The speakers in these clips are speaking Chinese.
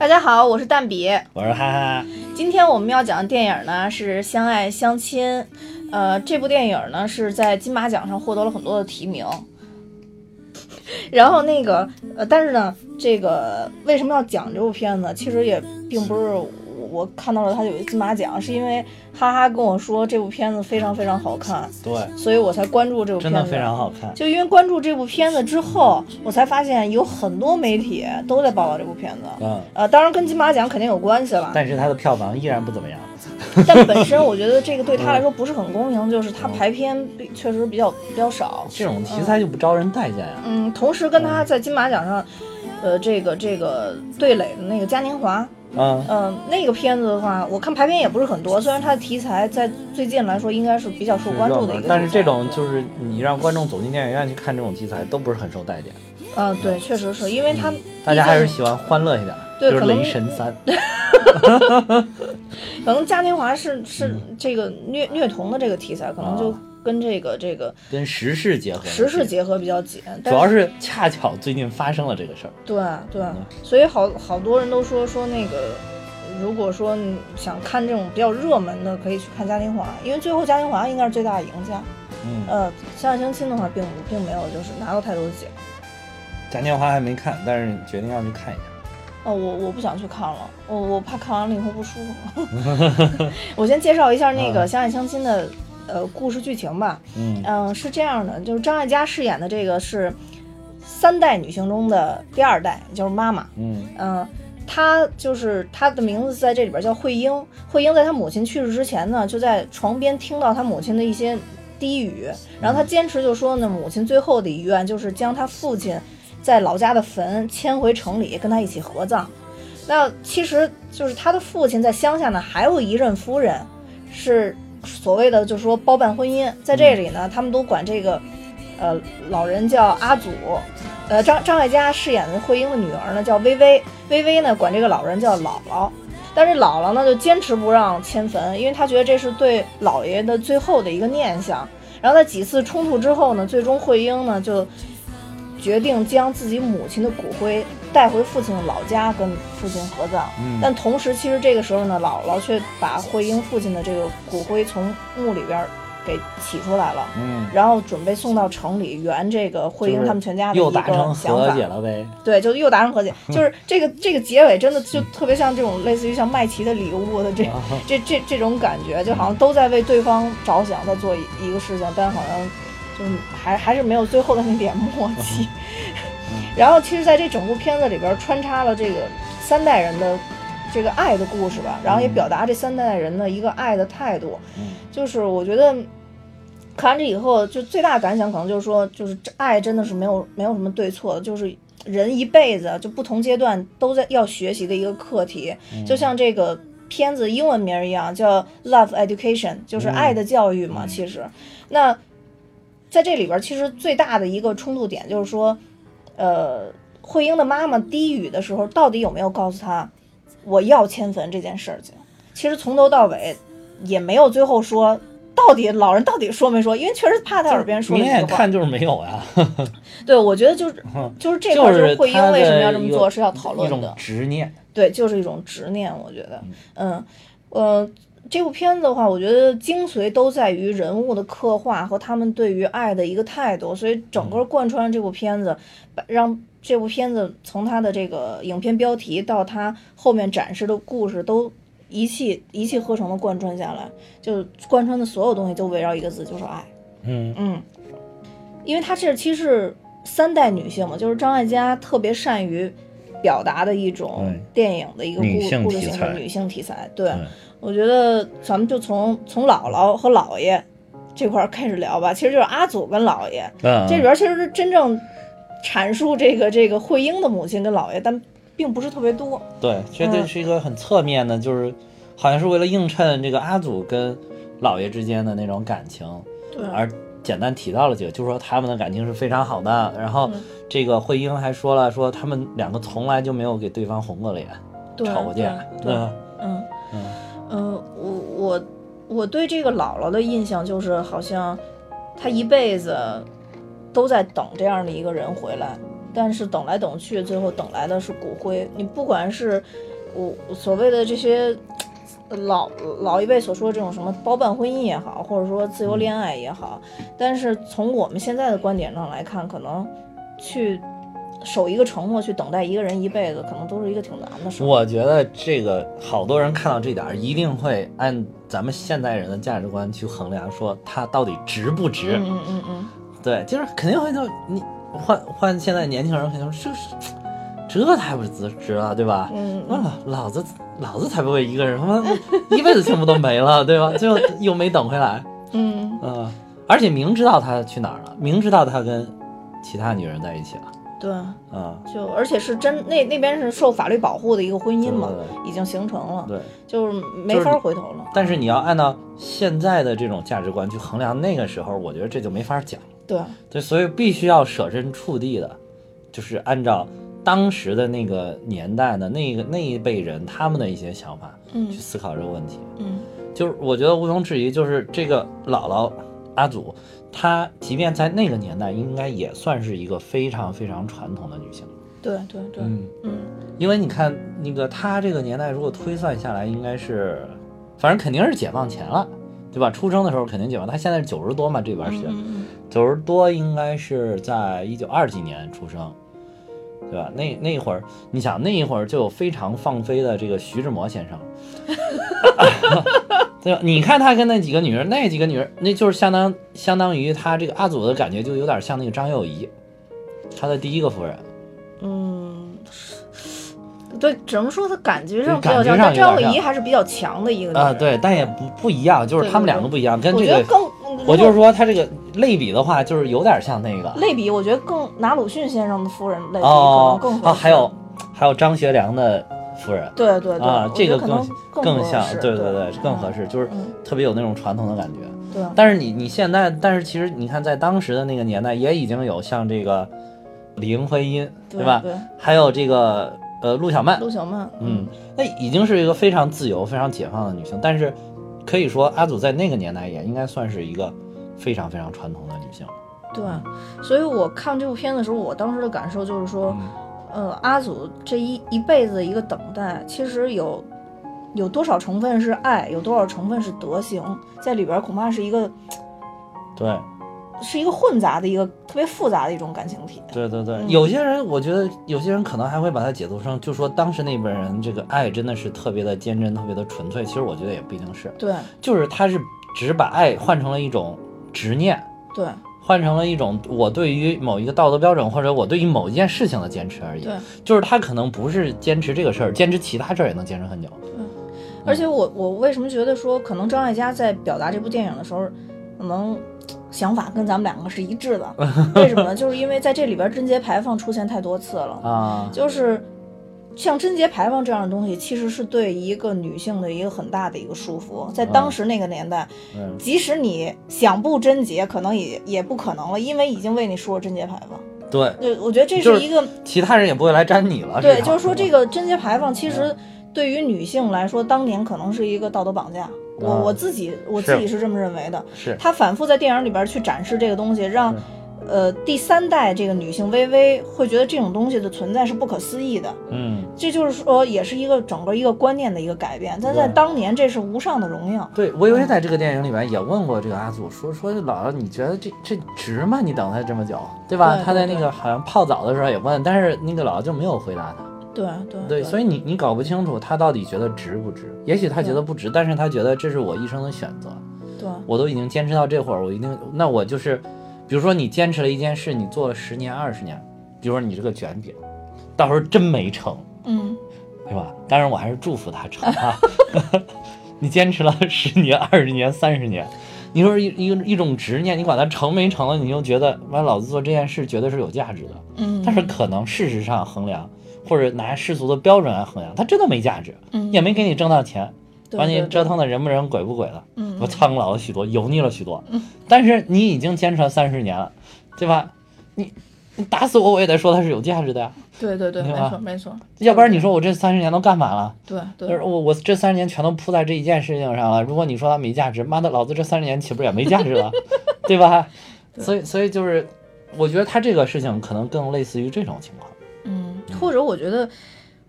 大家好，我是蛋比， 我是哈哈。 今天我们要讲的电影呢是《相爱相亲》，这部电影呢是在金马奖上获得了很多的提名。然后但是呢，这个为什么要讲这部片子？其实也并不是我看到了它有一个金马奖，是因为哈哈跟我说这部片子非常非常好看， 对， 所以我才关注这部片子。 真的非常好看。 就因为关注这部片子之后，我才发现有很多媒体都在报道这部片子。当然跟金马奖肯定有关系了， 但是它的票房依然不怎么样。 但本身我觉得这个对他来说不是很公平，就是他排片确实比较少。 这种题材就不招人待见呀。 同时跟他在金马奖上，这个对垒的那个嘉年华。那个片子的话，我看排片也不是很多，虽然它的题材在最近来说应该是比较受关注的一个题材， 但是这种就是你让观众走进电影院去看这种题材，都不是很受待见。 对，确实是因为大家还是喜欢欢乐一点， 对， 就是雷神3。 可能嘉年华是这个虐童的这个题材，可能就跟这个跟时事结合比较紧， 主要是恰巧最近发生了这个事儿。 对，所以好多人都说那个，如果说你想看这种比较热门的，可以去看嘉年华，因为最后嘉年华应该是最大的赢家。相爱相亲的话并没有就是拿到太多的奖。 嘉年华还没看，但是决定要去看一下。 我不想去看了，我怕看完了以后不舒服。我先介绍一下那个相爱相亲的故事剧情吧。是这样的，就是张艾嘉饰演的这个是3代女性中的第2代，就是妈妈。她的名字在这里边叫慧英。慧英在她母亲去世之前呢，就在床边听到她母亲的一些低语，然后她坚持就说呢，母亲最后的遗愿就是将她父亲在老家的坟迁回城里跟他一起合葬。那其实就是他的父亲在乡下呢还有一任夫人，是所谓的就是说包办婚姻。在这里呢他们都管这个老人叫阿祖，张艾嘉饰演的慧英的女儿呢叫薇薇，薇薇呢管这个老人叫姥姥。但是姥姥呢就坚持不让迁坟，因为她觉得这是对姥爷的最后的一个念想。然后在几次冲突之后呢，最终慧英呢就决定将自己母亲的骨灰带回父亲的老家跟父亲合葬。但同时其实这个时候呢，姥姥却把慧英父亲的这个骨灰从墓里边给起出来了。然后准备送到城里圆这个慧英他们全家的一个想法。 又达成和解了呗。 对，就又达成和解。就是这个结尾真的就特别像这种类似于像麦琪的礼物的这种感觉，就好像都在为对方着想，在做一个事情，但好像就是还是没有最后的那点默契。然后其实在这整部片子里边穿插了这个3代人的这个爱的故事吧，然后也表达这3代人的一个爱的态度。就是我觉得看完这以后就最大的感想可能就是说，就是爱真的是没有什么对错的，就是人一辈子就不同阶段都在要学习的一个课题。就像这个片子英文名一样叫 Love Education， 就是爱的教育嘛。其实那在这里边其实最大的一个冲突点就是说，慧英的妈妈低语的时候到底有没有告诉她我要迁坟这件事情。其实从头到尾也没有最后说到底老人到底说没说，因为确实怕他耳边说的这句话。 明眼看就是没有呀。 对，我觉得就是这块就是慧英为什么要这么做是要讨论的。 一种执念。 对，就是一种执念，我觉得。这部片子的话，我觉得精髓都在于人物的刻画和他们对于爱的一个态度，所以整个贯穿这部片子，让这部片子从它的这个影片标题到它后面展示的故事都一气呵成的贯穿下来，就贯穿的所有东西都围绕一个字，就是爱。因为它这其实是3代女性嘛，就是张艾嘉特别善于表达的一种电影的一个故事形式，女性题材。对，我觉得咱们就从姥姥和姥爷这块开始聊吧。其实就是阿祖跟姥爷，这里边其实是真正阐述这个慧英的母亲跟姥爷，但并不是特别多。 对，这是一个很侧面的，就是好像是为了映衬这个阿祖跟姥爷之间的那种感情，而简单提到了几个，就是说他们的感情是非常好的。然后这个慧英还说了，说他们2个从来就没有给对方红过脸，吵过架。 我对这个姥姥的印象就是好像她一辈子都在等这样的一个人回来，但是等来等去，最后等来的是骨灰。你不管是我所谓的这些老一辈所说的这种什么包办婚姻也好，或者说自由恋爱也好，但是从我们现在的观点上来看，可能去守一个承诺，去等待一个人一辈子，可能都是一个挺难的事。 我觉得这个好多人看到这点，一定会按咱们现代人的价值观去衡量，说他到底值不值。对，就是肯定会就你换现在年轻人肯定说这太不值了，对吧？老子才不会一个人，他妈一辈子幸福都没了，对吧？最后又没等回来。而且明知道他去哪儿了，明知道他跟其他女人在一起了。 对，就而且是真那边是受法律保护的一个婚姻嘛，已经形成了， 对， 就是没法回头了。 但是你要按照现在的这种价值观去衡量那个时候，我觉得这就没法讲。对，所以必须要设身处地的，就是按照当时的那个年代的那一辈人他们的一些想法，去思考这个问题。就是我觉得毋庸置疑，就是这个姥姥阿祖，她即便在那个年代，应该也算是一个非常非常传统的女性。 对， 因为你看那个她这个年代，如果推算下来，应该是，反正肯定是解放前了，对吧？出生的时候肯定解放，她现在是90多嘛，这边是90多，应该是在1920几年出生，对吧？那会儿，你想那一会儿就有非常放飞的这个徐志摩先生。对吧？你看他跟那几个女人，那就是相当于他这个阿祖的感觉，就有点像那个张幼仪，他的第一个夫人。 对，只能说他感觉上比较像，但张幼仪还是比较强的一个女人。 对，但也不一样，就是他们两个不一样，跟这个我就是说他这个类比的话，就是有点像那个类比，我觉得更拿鲁迅先生的夫人类比可能更合适。 还有张学良的夫人， 对这个更像，对，更合适，就是特别有那种传统的感觉。 对， 但是你现在，但是其实你看，在当时的那个年代，也已经有像这个李英辉音，对吧？ 对， 还有这个陆小曼，那已经是一个非常自由、非常解放的女性。但是可以说，阿祖在那个年代也应该算是一个非常非常传统的女性。 对，所以我看这部片的时候，我当时的感受就是说。阿祖这一辈子的一个等待，其实有多少成分是爱，有多少成分是德行，在里边恐怕是一个， 对， 是一个混杂的一个特别复杂的一种感情体。 对，有些人，我觉得有些人可能还会把它解读成，就说当时那辈人这个爱真的是特别的坚贞，特别的纯粹。其实我觉得也不一定是， 对， 就是他是只是把爱换成了一种执念， 对。 换成了一种我对于某一个道德标准，或者我对于某一件事情的坚持而已。 对， 就是他可能不是坚持这个事儿，坚持其他事儿也能坚持很久。 而且我为什么觉得说，可能张艾嘉在表达这部电影的时候，可能想法跟咱们两个是一致的。为什么呢？就是因为在这里边贞节牌坊出现太多次了啊，就是像贞节牌坊这样的东西，其实是对一个女性的一个很大的一个束缚。在当时那个年代，即使你想不贞洁，可能也不可能了，因为已经为你说贞节牌坊。 对， 我觉得这是一个、 其他人也不会来沾你了。 对，就是说这个贞节牌坊其实对于女性来说，当年可能是一个道德绑架。我自己是这么认为的。 是他反复在电影里边去展示这个东西，让第三代这个女性微微会觉得这种东西的存在是不可思议的。这就是说也是一个整个一个观念的一个改变。但在当年这是无上的荣耀。 对，我以为在这个电影里面也问过这个阿祖，说姥姥你觉得这值吗？你等他这么久，对吧？他在那个好像泡澡的时候也问，但是那个姥姥就没有回答他。对，所以你搞不清楚他到底觉得值不值。也许他觉得不值，但是他觉得这是我一生的选择。 对， 我都已经坚持到这会儿，那我就是。比如说你坚持了一件事，你做了10年20年，比如说你这个卷饼，到时候真没成，对吧？当然我还是祝福他成啊。你坚持了10年20年30年，你说一种执念，你管它成没成了，你就觉得老子做这件事绝对是有价值的。但是可能事实上衡量，或者拿世俗的标准来衡量，它真的没价值，也没给你挣到钱。把你折腾的人不人鬼不鬼的，我苍老了许多，油腻了许多，但是你已经坚持了30年了，对吧？你打死我也得说它是有价值的呀。 对，没错。 要不然你说我这30年都干嘛了？ 对， 我这30年全都扑在这一件事情上了。如果你说它没价值，妈的，老子这30年岂不是也没价值了，对吧？所以就是，我觉得他这个事情可能更类似于这种情况。 或者我觉得。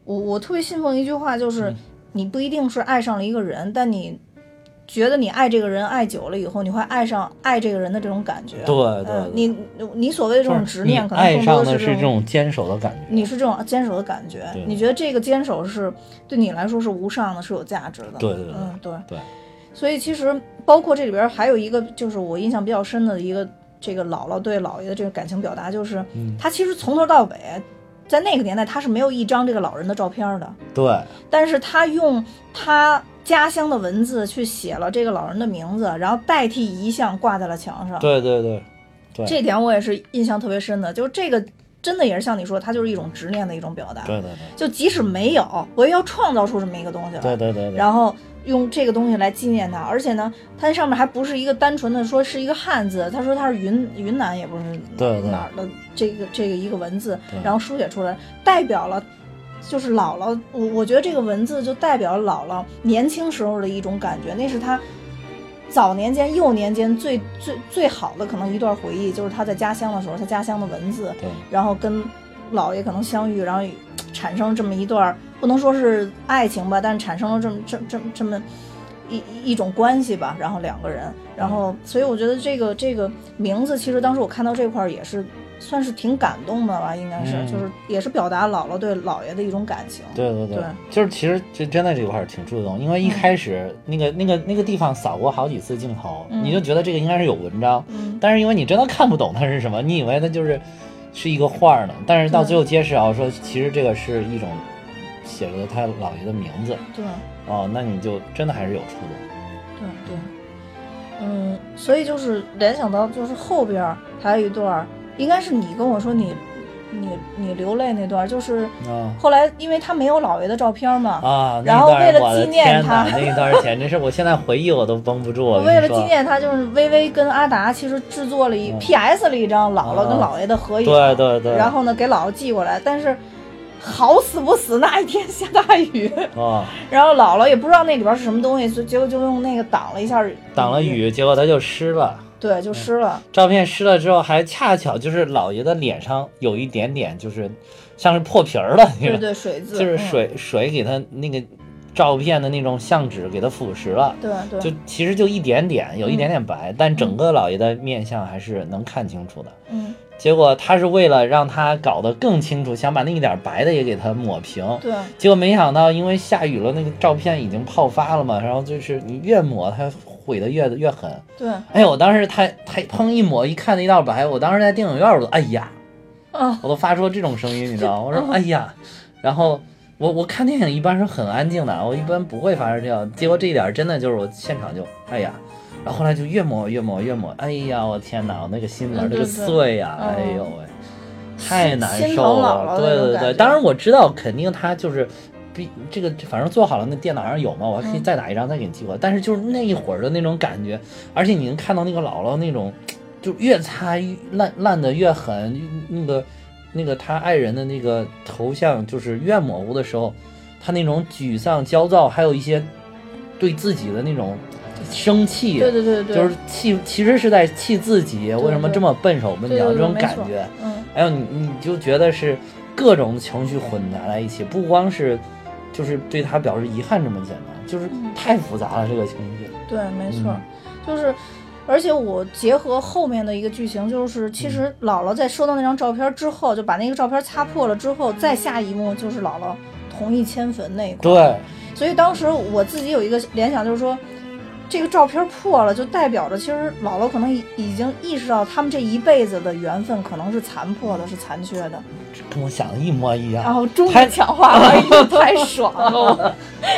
我特别信奉一句话，就是你不一定是爱上了一个人，但你觉得你爱这个人爱久了以后，你会爱上爱这个人的这种感觉。 对， 你所谓的这种执念，可能爱上的是这种坚守的感觉。 你是这种坚守的感觉，你觉得这个坚守是对你来说是无上的，是有价值的。 对。 所以其实包括这里边还有一个，就是我印象比较深的一个，这个姥姥对姥爷的这个感情表达，就是他其实从头到尾，在那个年代他是没有一张这个老人的照片的。 对。 但是他用他家乡的文字去写了这个老人的名字，然后代替遗像挂在了墙上。 对， 这点我也是印象特别深的，就是这个真的也是像你说，它就是一种执念的一种表达。 对， 就即使没有，我也要创造出这么一个东西来。 对， 然后用这个东西来纪念他，而且呢，它上面还不是一个单纯的说是一个汉字，他说他是云南也不是哪儿的这个一个文字，然后书写出来，代表了就是姥姥，我觉得这个文字就代表了姥姥年轻时候的一种感觉，那是他早年间幼年间最好的可能一段回忆，就是他在家乡的时候，他家乡的文字，然后跟姥爷可能相遇，然后产生这么一段，不能说是爱情吧，但是产生了这么一种关系吧，然后两个人，然后所以我觉得这个名字，其实当时我看到这块也是算是挺感动的吧，应该是，就是也是表达姥姥对姥爷的一种感情。 对，就是其实这真的这块挺触动，因为一开始那个地方扫过好几次镜头，你就觉得这个应该是有文章，但是因为你真的看不懂它是什么，你以为它是一个画呢，但是到最后揭示啊，说其实这个是一种写着他姥爷的名字。 对。 那你就真的还是有触动。 对，所以就是联想到就是后边还有一段，应该是你跟我说你流泪那段，就是后来因为他没有姥爷的照片嘛，然后为了纪念他， 那一段简直是我现在回忆我都绷不住。 为了纪念他，就是薇薇跟阿达其实制作了PS 了一张姥姥跟姥爷的合影， 对， 然后呢给姥姥寄过来，但是好死不死那一天下大雨然后姥姥也不知道那里边是什么东西，所以结果就用那个挡了一下， 挡了雨，结果它就湿了。 对，就湿了。 照片湿了之后，还恰巧就是姥爷的脸上有一点点，就是像是破皮儿了。 对，水渍， 就是水给他那个照片的那种相纸给他腐蚀了。 对， 就其实就一点点，有一点点白，但整个姥爷的面相还是能看清楚的。结果他是为了让他搞得更清楚，想把那一点白的也给他抹平。 对， 结果没想到因为下雨了，那个照片已经泡发了嘛，然后就是你越抹它毁得越狠。 对， 哎呦，我当时他砰一抹，一看那一道白，我当时在电影院我都哎呀，我都发出这种声音，你知道吗？我说哎呀，然后我看电影一般是很安静的，我一般不会发生这样，结果这一点真的就是我现场就哎呀。然后后来就越抹，哎呀，我天哪，我那个心里这个碎呀，哎呦喂，太难受了。对，当然我知道肯定他就是这个反正做好了，那电脑上有嘛，我还可以再打一张再给你寄过来。但是就是那一会儿的那种感觉，而且你能看到那个姥姥那种，就越擦烂的越狠，那个他爱人的那个头像就是越模糊的时候，他那种沮丧、焦躁，还有一些对自己的那种。生气， 对， 就是气，其实是在气自己为什么这么笨手笨脚，这种感觉。还有你就觉得是各种情绪混杂在一起，不光是就是对他表示遗憾这么简单，就是太复杂了这个情绪。 对，没错，就是而且我结合后面的一个剧情，就是其实姥姥在收到那张照片之后，就把那个照片擦破了之后，再下一幕就是姥姥同意迁坟那一块。 对， 所以当时我自己有一个联想，就是说。这个照片破了，就代表着其实姥姥可能已经意识到他们这一辈子的缘分可能是残破的，是残缺的， 跟我想的一模一样。 然后终于强化了，太爽了！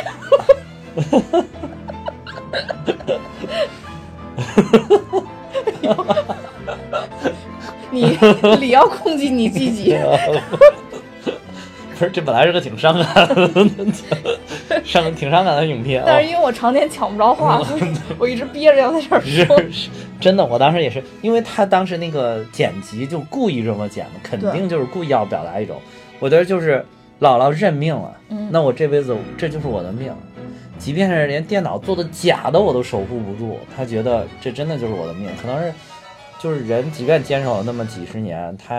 你要控制你自己。 不是，这本来是个挺伤感的影片， 但是因为我常年抢不着话，所以我一直憋着要在这儿说。 是真的，我当时也是，因为他当时那个剪辑就故意这么剪的，肯定就是故意要表达一种，我觉得就是姥姥认命了，那我这辈子这就是我的命，即便是连电脑做的假的我都守护不住，他觉得这真的就是我的命，可能是就是人即便坚守了那么几十年，他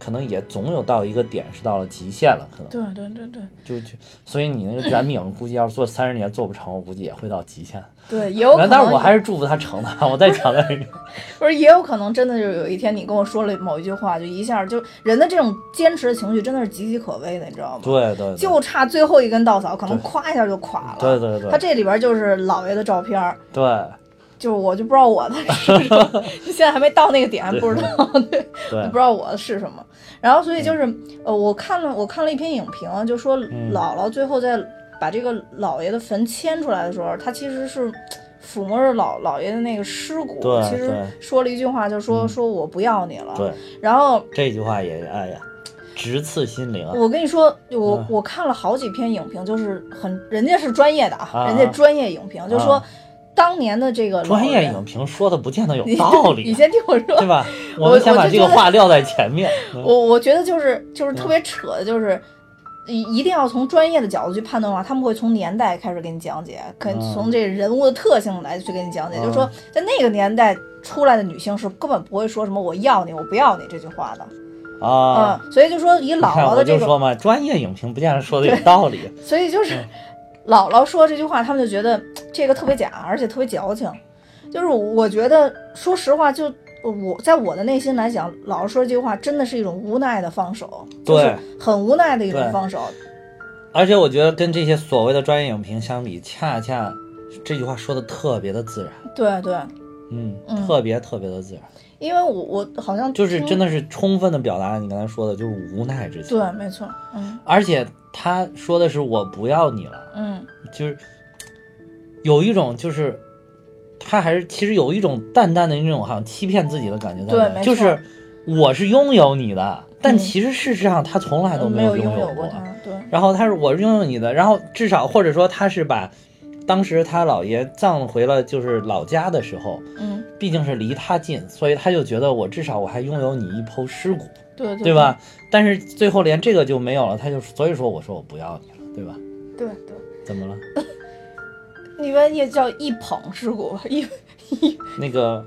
可能也总有到一个点是到了极限了，可能。对，所以你那个燃饼估计要是做30年做不成，我估计也会到极限。 对，也有可能。 但是我还是祝福他成的。我再强调一遍， 不是，也有可能真的就是有一天你跟我说了某一句话，就一下就人的这种坚持的情绪真的是岌岌可危的，你知道吗？ 对， 就差最后一根稻草，可能咵一下就垮了。 对， 他这里边就是姥爷的照片。 对。 就我就不知道我的是什么，现在还没到那个点，不知道，对，不知道我的是什么。然后所以就是我看了一篇影评，就说姥姥最后在把这个姥爷的坟迁出来的时候，他其实是抚摸着姥爷的那个尸骨，其实说了一句话，就说我不要你了。 对， 然后这句话也哎呀直刺心灵啊！ 我跟你说，我看了好几篇影评，就是人家是专业的人家专业影评就说。当年的这个专业影评说的不见得有道理， 你先听我说， 对吧？我们先把这个话撂在前面。 我觉得就是特别扯的，就是一定要从专业的角度去判断的话，他们会从年代开始给你讲解，从这人物的特性来去给你讲解。就是说，在那个年代出来的女性是根本不会说什么我要你，我不要你这句话的所以就说以姥姥的这个， 我就说嘛，专业影评不见得说的有道理， 所以就是。姥姥说这句话，他们就觉得这个特别假，而且特别矫情。就是我觉得，说实话，就在我的内心来讲，姥姥说这句话真的是一种无奈的放手，就是很无奈的一种放手。 而且我觉得跟这些所谓的专业影评相比，恰恰这句话说的特别的自然。 对， 特别特别的自然。 因为我好像就是真的是充分的表达了你刚才说的，就是无奈之情。 对，没错。 而且他说的是我不要你了。就是有一种就是他还是其实有一种淡淡的那种好像欺骗自己的感觉在。 对， 就是我是拥有你的，但其实事实上他从来都没有拥有过他。对。 然后他是我是拥有你的，然后至少或者说他是把当时他姥爷葬回了就是老家的时候，毕竟是离他近，所以他就觉得我至少我还拥有你一抔尸骨，对吧？但是最后连这个就没有了，他就所以说我说我不要你了，对吧？ 对。 怎么了？ 你们也叫一捧尸骨， 那个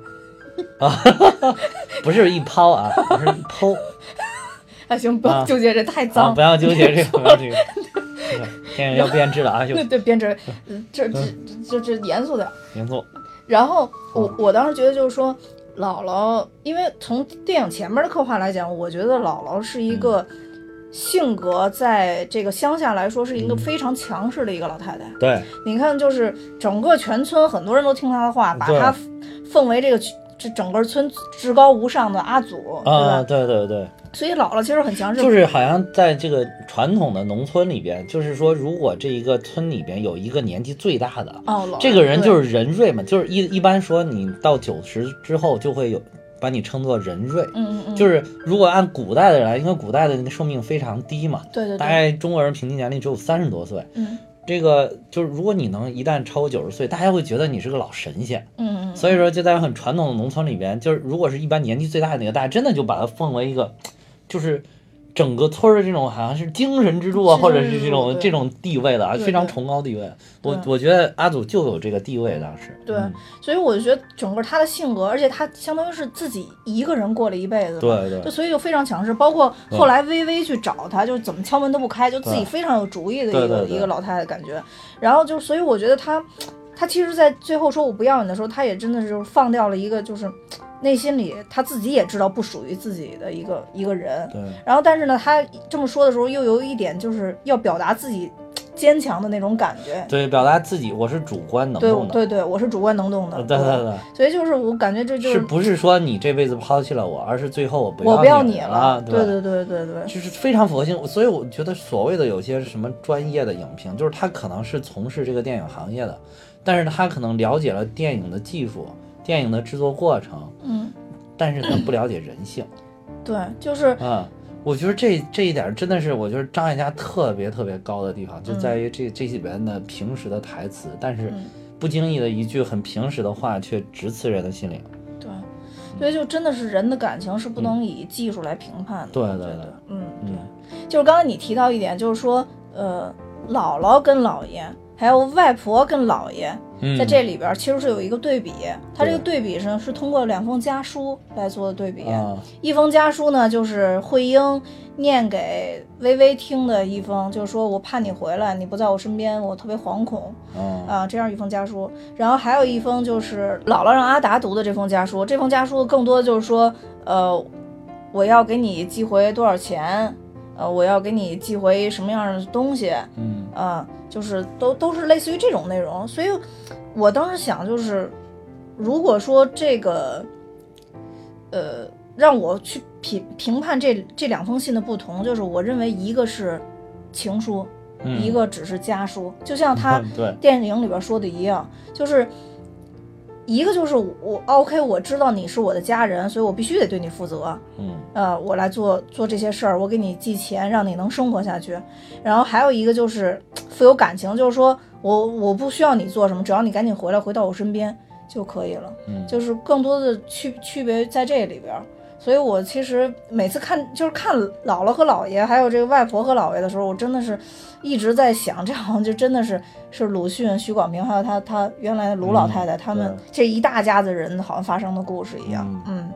不是一抛啊，不是一剖。 行，不要纠结这太脏， 不要纠结这个，不要这个。电影要编制了啊！ 对，编制，这严肃点， 严肃。 然后我当时觉得就是说，姥姥，因为从电影前面的刻画来讲，我觉得姥姥是一个性格在这个乡下来说是一个非常强势的一个老太太。 对， 你看，就是整个全村很多人都听她的话，把她奉为这整个村至高无上的阿祖，对吧？ 对。 所以姥姥其实很强势， 就是好像在这个传统的农村里边，就是说，如果这一个村里边有一个年纪最大的，这个人就是人瑞嘛，就是一般说你到90之后就会有把你称作人瑞，就是如果按古代的人来，因为古代的那个寿命非常低嘛， 对， 大概中国人平均年龄只有30多岁，这个就是如果你能一旦超过90岁，大家会觉得你是个老神仙，所以说就在很传统的农村里边，就是如果是一般年纪最大的那个，大家真的就把它奉为一个。就是整个村的这种好像是精神支柱啊，或者是这种地位的啊，非常崇高地位。我觉得阿祖就有这个地位当时。 对，所以我就觉得整个他的性格，而且他相当于是自己一个人过了一辈子， 对， 就所以就非常强势。包括后来微微去找他，就怎么敲门都不开，就自己非常有主意的一个老太太感觉。然后就所以我觉得他其实，在最后说我不要你的时候，他也真的是放掉了一个就是。内心里他自己也知道不属于自己的一个人， 对。 然后但是呢，他这么说的时候，又有一点就是要表达自己坚强的那种感觉， 对，表达自己我是主观能动的， 对，我是主观能动的， 对。 所以就是我感觉这就是不是说你这辈子抛弃了我，而是最后我不要你了， 对， 就是非常佛性。所以我觉得所谓的有些什么专业的影评，就是他可能是从事这个电影行业的，但是他可能了解了电影的技术。电影的制作过程，但是他不了解人性， 对，就是我觉得这一点真的是我觉得张艾嘉特别特别高的地方，就在于这里边的平时的台词，但是不经意的一句很平时的话，却直刺人的心灵。 对，所以就真的是人的感情是不能以技术来评判的。 对， 对，就是刚才你提到一点，就是说，姥姥跟姥爷还有外婆跟姥爷，在这里边其实是有一个对比，它这个对比是通过2封家书来做的对比。一封家书呢，就是慧英念给微微听的一封，就是说我怕你回来，你不在我身边，我特别惶恐，这样一封家书。然后还有一封就是姥姥让阿达读的这封家书，这封家书更多就是说，我要给你寄回多少钱，我要给你寄回什么样的东西，就是都是类似于这种内容。所以我当时想，就是如果说这个让我去评判这2封信的不同，就是我认为一个是情书，一个只是家书，就像他电影里边说的一样，就是一个就是我 OK， 我知道你是我的家人，所以我必须得对你负责，我来做这些事儿，我给你寄钱让你能生活下去。然后还有一个就是富有感情，就是说我不需要你做什么，只要你赶紧回来回到我身边就可以了，就是更多的区别在这里边。所以我其实每次看姥姥和姥爷还有这个外婆和姥爷的时候，我真的是一直在想，这好像就真的是鲁迅、许广平还有他原来的卢老太太他们这一大家子人好像发生的故事一样。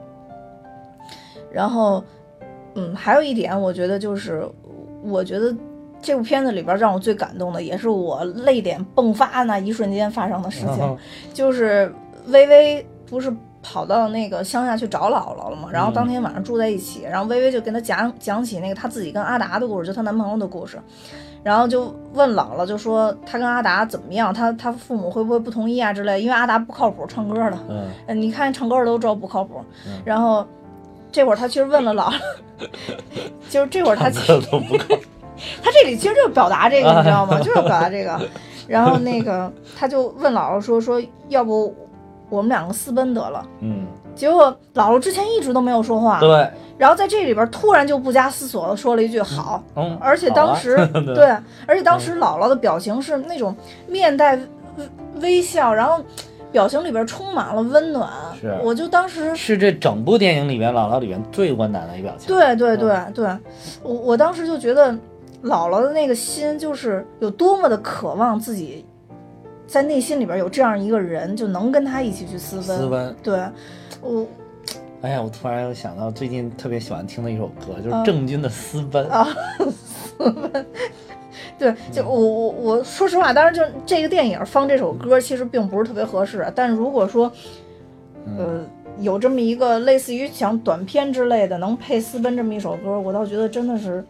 然后还有一点我觉得就是我觉得这部片子里边让我最感动的，也是我泪点迸发那一瞬间发生的事情，就是微微不是跑到那个乡下去找姥姥了嘛，然后当天晚上住在一起，然后微微就跟他讲起那个他自己跟阿达的故事，就他男朋友的故事，然后就问姥姥，就说他跟阿达怎么样，他父母会不会不同意啊之类，因为阿达不靠谱，唱歌的，你看唱歌的都知道不靠谱。然后这会儿他其实问了姥姥，就是这会儿他其实都不靠谱， 他这里其实就是表达这个，你知道吗？就是表达这个。然后那个他就问姥姥说要不我们2个私奔得了，结果姥姥之前一直都没有说话， 对， 然后在这里边突然就不加思索的说了一句好，而且当时对，而且当时姥姥的表情是那种面带微笑，然后表情里边充满了温暖，我就当时是这整部电影里边姥姥里边最温暖的一表情。 对，我当时就觉得姥姥的那个心就是有多么的渴望自己在内心里边有这样一个人，就能跟他一起去私奔。对， 哎呀，我突然又想到最近特别喜欢听的一首歌，就是郑钧的《私奔》 私奔。对，就我说实话，当然就这个电影放这首歌其实并不是特别合适，但如果说有这么一个类似于像短片之类的能配《私奔》这么一首歌，我倒觉得真的是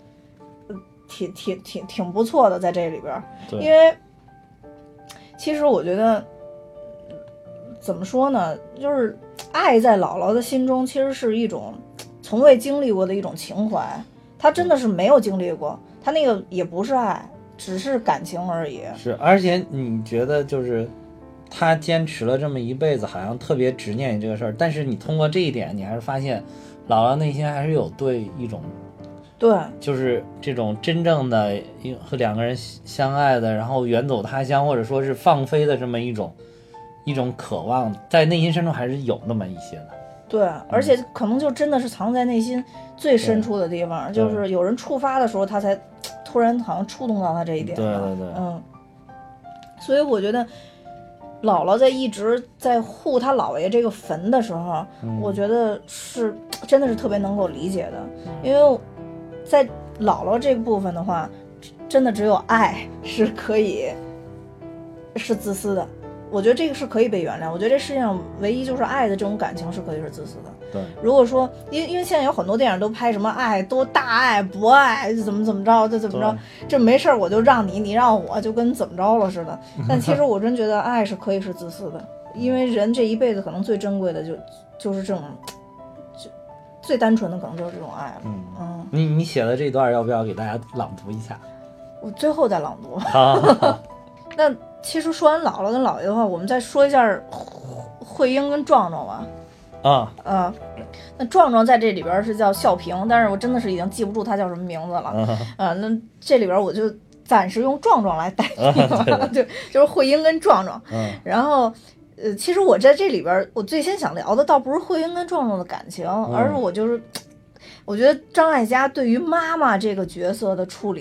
挺不错的在这里边。因为其实我觉得怎么说呢，就是爱在姥姥的心中其实是一种从未经历过的一种情怀，她真的是没有经历过，她那个也不是爱，只是感情而已。 是，而且你觉得就是她坚持了这么一辈子，好像特别执念于这个事儿，但是你通过这一点，你还是发现姥姥内心还是有对一种对， 就是这种真正的和2个人相爱的，然后远走他乡或者说是放飞的这么一种渴望，在内心深处还是有那么一些的。 对，而且可能就真的是藏在内心最深处的地方，就是有人触发的时候，他才突然好像触动到他这一点。 对， 所以我觉得姥姥在一直在护他姥爷这个坟的时候，我觉得是真的是特别能够理解的，因为在姥姥这个部分的话，真的只有爱是可以是自私的，我觉得这个是可以被原谅。我觉得这世界上唯一就是爱的这种感情是可以是自私的。 对， 如果说因为现在有很多电影都拍什么爱多大爱博爱怎么着就怎么着，这没事我就让你让我就跟怎么着了似的。但其实我真觉得爱是可以是自私的，因为人这一辈子可能最珍贵的就是这种最单纯的可能就是这种爱了。 你写的这段要不要给大家朗读一下？ 我最后再朗读。 好。 那其实说完姥姥跟姥爷的话，我们再说一下慧英跟壮壮吧。那壮壮在这里边是叫孝平，但是我真的是已经记不住他叫什么名字了。那这里边我就暂时用壮壮来代替了。就是慧英跟壮壮。然后其实我在这里边我最先想聊的倒不是慧英跟壮壮的感情，而是我觉得张艾嘉对于妈妈这个角色的处理，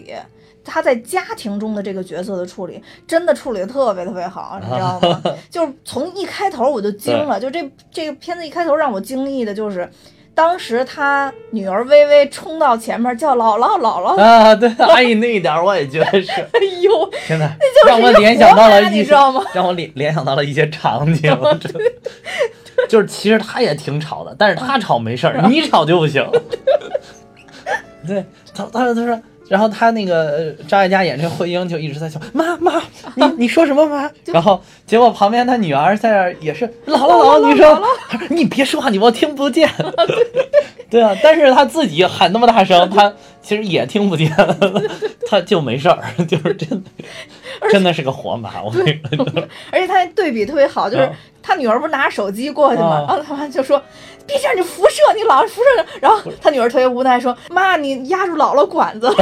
他在家庭中的这个角色的处理，真的处理的特别特别好，你知道吗？就是从一开头我就惊了，就这个片子一开头让我惊异的就是。当时他女儿微微冲到前面叫姥姥姥姥啊，对，阿姨那一点我也觉得是， 哎呦， 天哪， 让我联想到了你知道吗？ 让我联想到了一些场景，就是其实他也挺吵的，但是他吵没事儿，你吵就不行。对，他说。然后他那个张艾嘉演这慧英就一直在笑，妈，你说什么妈？然后结果旁边他女儿在那儿也是姥姥，你说你别说话，我听不见。对啊，但是他自己喊那么大声，他其实也听不见，他就没事儿，就是真的是个活马。我跟你说， 而且他对比特别好，就是他女儿不是拿着手机过去嘛，然后他妈就说。别这样，你辐射，你老是辐射着。然后他女儿特别无奈说：“妈，你压住姥姥管子了。”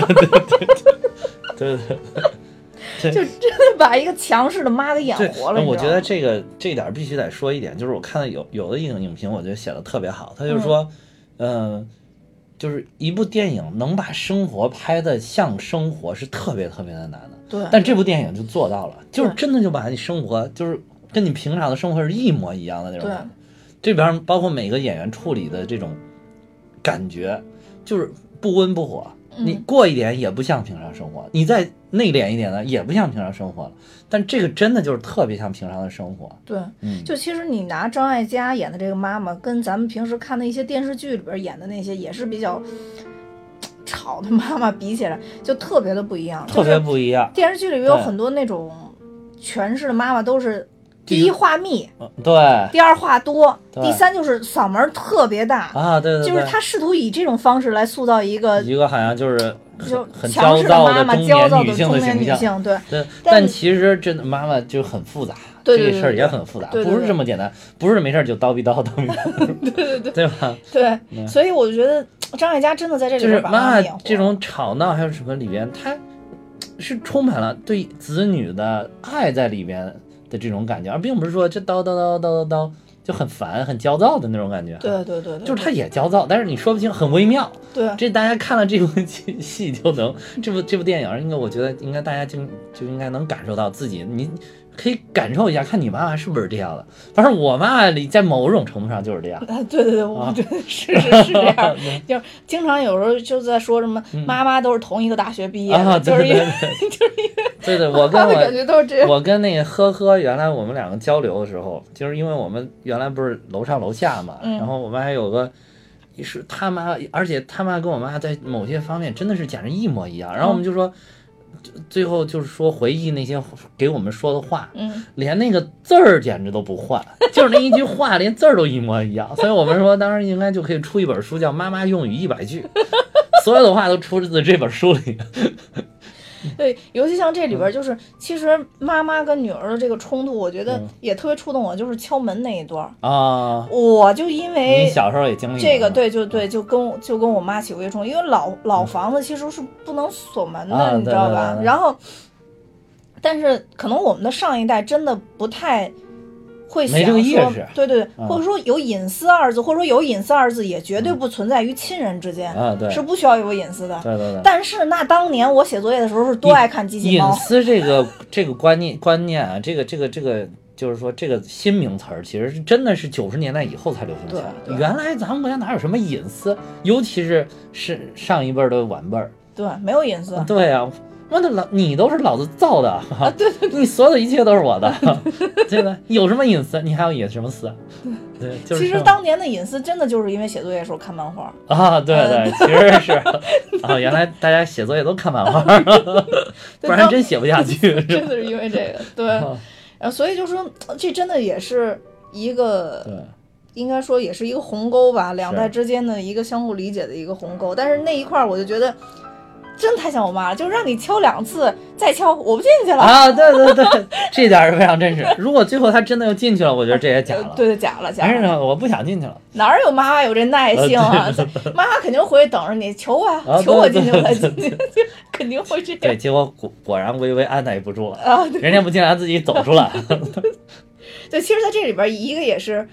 对， 就真的把一个强势的妈给演活了。 我觉得这点必须得说一点，就是我看到有的影评，我觉得写的特别好。他就说，就是一部电影能把生活拍得像生活是特别特别的难的。 对， 但这部电影就做到了，就是真的就把你生活就是跟你平常的生活是一模一样的那种。对。这边包括每个演员处理的这种感觉，就是不温不火，你过一点也不像平常生活，你再内敛一点呢，也不像平常生活了。但这个真的就是特别像平常的生活。 对，就其实你拿张艾嘉演的这个妈妈，跟咱们平时看的一些电视剧里边演的那些也是比较吵的妈妈比起来，就特别的不一样， 特别不一样。 电视剧里边有很多那种诠释的妈妈都是。第一话密， 对； 第二话多，第三就是嗓门特别大啊，对， 就是他试图以这种方式来塑造一个好像就是很强势的妈妈、焦躁的中年女性，对。 但其实真的妈妈就很复杂， 对这个事儿也很复杂，不是这么简单，不是没事就叨逼叨，对吧？ 对，所以我觉得张艾嘉真的在这里边把妈妈这种吵闹还有什么里边，她是充满了对子女的爱在里边。的这种感觉，而并不是说这叨就很烦、很焦躁的那种感觉。 对， 就是他也焦躁，但是你说不清，很微妙。 对， 这大家看了这部戏就能，这部电影应该我觉得应该大家就应该能感受到自己，你可以感受一下，看你妈妈是不是这样的。反正我妈妈里在某种程度上就是这样。 对，我觉得是这样，就是经常有时候就在说什么妈妈都是同一个大学毕业的，就是因为对，我跟那个呵，原来我们两个交流的时候，就是因为我们原来不是楼上楼下嘛，然后我们还有个是他妈，而且他妈跟我妈在某些方面真的是简直一模一样，然后我们就说。最后就是说回忆那些给我们说的话，连那个字儿简直都不换，就是那一句话连字儿都一模一样，所以我们说当时应该就可以出一本书叫《妈妈用语100句》，所有的话都出自这本书里。 对，尤其像这里边就是其实妈妈跟女儿的这个冲突，我觉得也特别触动我，就是敲门那一段啊， 我就因为你小时候也经历这个，对，就跟我妈起过一冲突，因为老房子其实是不能锁门的，你知道吧？然后，但是可能我们的上一代真的不太。会想说，对，或者说有隐私二字，或者说有隐私二字也绝对不存在于亲人之间，是不需要有隐私的。 对。 但是那当年我写作业的时候是多爱看机器猫。 隐私这个观念啊，这个就是说这个新名词儿，其实是真的是90年代以后才流行起来。原来咱们国家哪有什么隐私？尤其是上一辈儿的晚辈儿， 对，没有隐私。 对啊。妈的你都是老子造的啊！对， 你所有的一切都是我的，对吧？有什么隐私？你还要隐什么私？对，就是。 其实当年的隐私真的就是因为写作业的时候看漫画啊，对，其实是啊，原来大家写作业都看漫画，不然真写不下去。 真的是因为这个，对，然后所以就说这真的也是一个， 对， 应该说也是一个鸿沟吧，两代之间的一个相互理解的一个鸿沟。但是那一块我就觉得。真太像我妈了，就是让你敲2次，再敲我不进去了啊！对，这点是非常真实。如果最后他真的又进去了，我觉得这也假了。 对，假了。 但是呢，我不想进去了。 哪有妈妈有这耐性啊？妈妈肯定会等着你，求我，求我进去，我进去，肯定会这样。 对，结果果然微微按耐不住了啊！人家不进来，自己走出来。 对，其实在这里边，一个也是。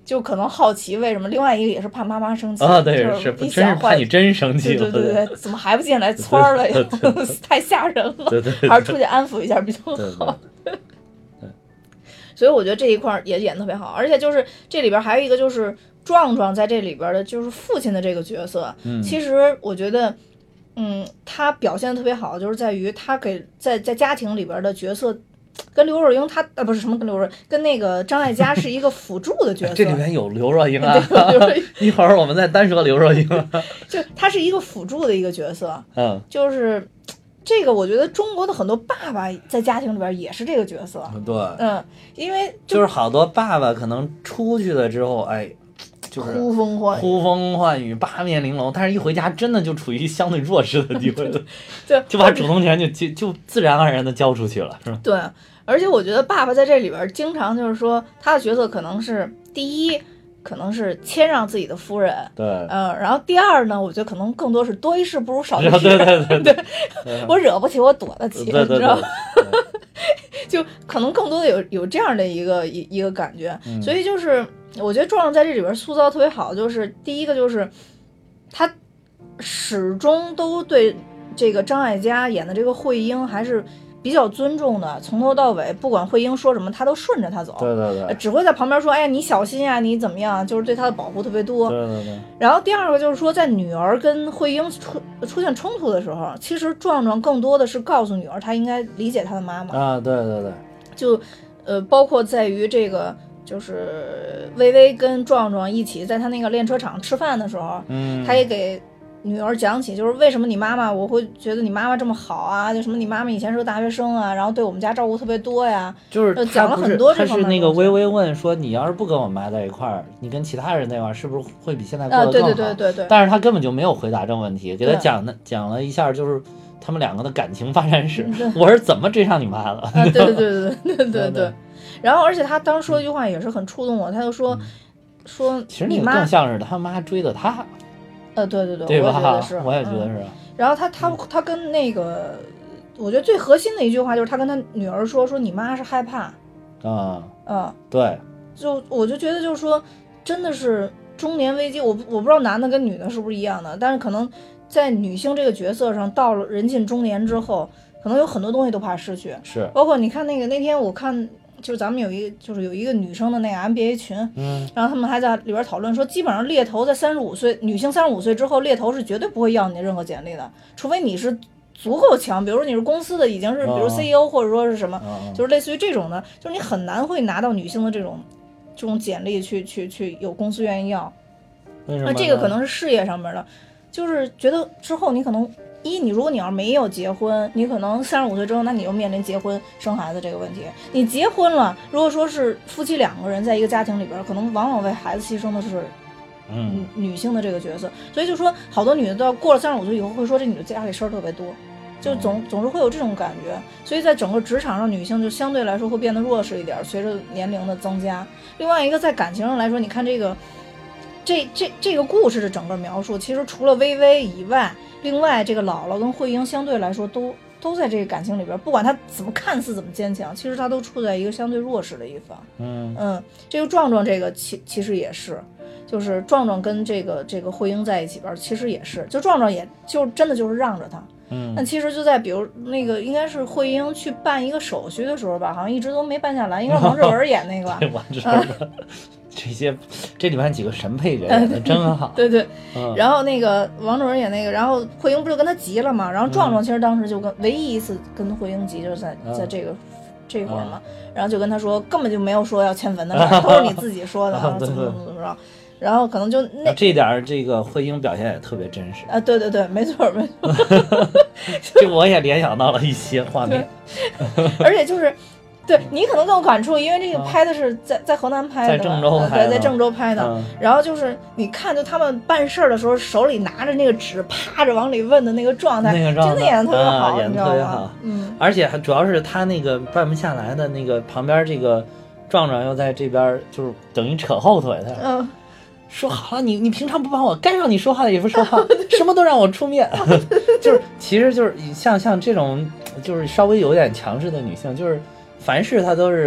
就可能好奇为什么，另外一个也是怕妈妈生气啊，对， 是真是怕你真生气了，对，怎么还不进来蹿了呀？太吓人了， 对， 还是出去安抚一下比较好。 对， 所以我觉得这一块也演得特别好，而且就是这里边还有一个就是壮壮在这里边的就是父亲的这个角色，其实我觉得，他表现得特别好，就是在于他给在家庭里边的角色。跟刘若英不是什么跟刘若英，跟那个张艾嘉是一个辅助的角色。 这里面有刘若英啊，一会儿我们再单说刘若英。 就他是一个辅助的一个角色，就是这个我觉得中国的很多爸爸在家庭里边也是这个角色。 对， 因为就是好多爸爸可能出去了之后，哎。就是呼风唤雨八面玲珑，但是一回家真的就处于相对弱势的地位， 就把主动权就自然而然的交出去了，是吧？ 对，而且我觉得爸爸在这里边经常就是说他的角色可能是第一，可能是谦让自己的夫人， 对， 然后第二呢，我觉得可能更多是多一事不如少一事， 对， 我惹不起我躲得起， 对， 你知道吗？就可能更多的有这样的一个感觉，所以就是我觉得壮壮在这里边塑造特别好，就是第一个就是他始终都对这个张艾嘉演的这个慧英还是比较尊重的，从头到尾不管慧英说什么他都顺着他走， 对， 只会在旁边说哎呀你小心呀，你怎么样，就是对他的保护特别多， 对。 然后第二个就是说在女儿跟慧英出现冲突的时候，其实壮壮更多的是告诉女儿她应该理解她的妈妈啊，对， 就包括在于这个就是微微跟壮壮一起在他那个练车场吃饭的时候，他也给女儿讲起，就是为什么你妈妈，我会觉得你妈妈这么好啊，就什么你妈妈以前是个大学生啊，然后对我们家照顾特别多呀， 就是讲了很多这方面。他是那个微微问说，你要是不跟我妈在一块儿，你跟其他人在一块儿，是不是会比现在过得更好？ 对。 但是他根本就没有回答这个问题，给他讲了一下，就是他们两个的感情发展史。我是怎么追上你妈的？ 对。然后，而且他当时说一句话也是很触动我，他就说， 其实那个更像是他妈追的他。 对吧？ 我也觉得是。 然后他跟那个，我觉得最核心的一句话就是他跟他女儿说你妈是害怕。对。我就觉得就是说，真的是中年危机，我不知道男的跟女的是不是一样的，但是可能在女性这个角色上，到了人近中年之后，可能有很多东西都怕失去。 是。 包括你看那天我看。就是咱们有一个女生的那个 MBA 群，然后他们还在里边讨论说，基本上猎头在35岁，女性35岁之后，猎头是绝对不会要你的任何简历的，除非你是足够强，比如说你是公司的已经是，比如 CEO 或者说是什么，就是类似于这种的，就是你很难会拿到女性的这种简历去有公司愿意要。 为什么？ 那这个可能是事业上面的，就是觉得之后你可能。你如果你要没有结婚，你可能35岁之后，那你又面临结婚生孩子这个问题。你结婚了，如果说是夫妻两个人在一个家庭里边，可能往往为孩子牺牲的是女性的这个角色。所以就说好多女的到过了35岁以后会说这女的家里事儿特别多，就总是会有这种感觉。所以在整个职场上，女性就相对来说会变得弱势一点，随着年龄的增加。另外一个在感情上来说，你看这个故事的整个描述，其实除了微微以外，另外这个姥姥跟慧英相对来说都在这个感情里边，不管她怎么看似怎么坚强，其实她都处在一个相对弱势的一方。这个壮壮这个其实也是，就是壮壮跟这个慧英在一起边，其实也是，就壮壮也就真的就是让着她。那其实就在比如那个应该是慧英去办一个手续的时候吧，好像一直都没办下来，应该是王志文演那个吧。 王志文。这里面几个神配角演的真好。 对，然后那个王志文演那个，然后慧英不就跟他急了嘛，然后壮壮其实当时就唯一一次跟慧英急就是在这会儿嘛，然后就跟他说根本就没有说要迁坟的事，都是你自己说的，怎么着，然后可能就这点这个慧英表现也特别真实啊，对，没错。 这我也联想到了一些画面， 而且就是。对你可能更有感触，因为这个拍的是在河南拍的， 在郑州拍的， 在郑州拍的。然后就是你看，就他们办事儿的时候，手里拿着那个纸，趴着往里问的那个状态，真的演得特别好， 演得特别好。而且主要是他那个办不下来的那个旁边这个壮壮又在这边，就是等于扯后腿的。说好了，你平常不帮我，该让你说话的也不说话，什么都让我出面。其实像这种就是稍微有点强势的女性，就是。凡事他都是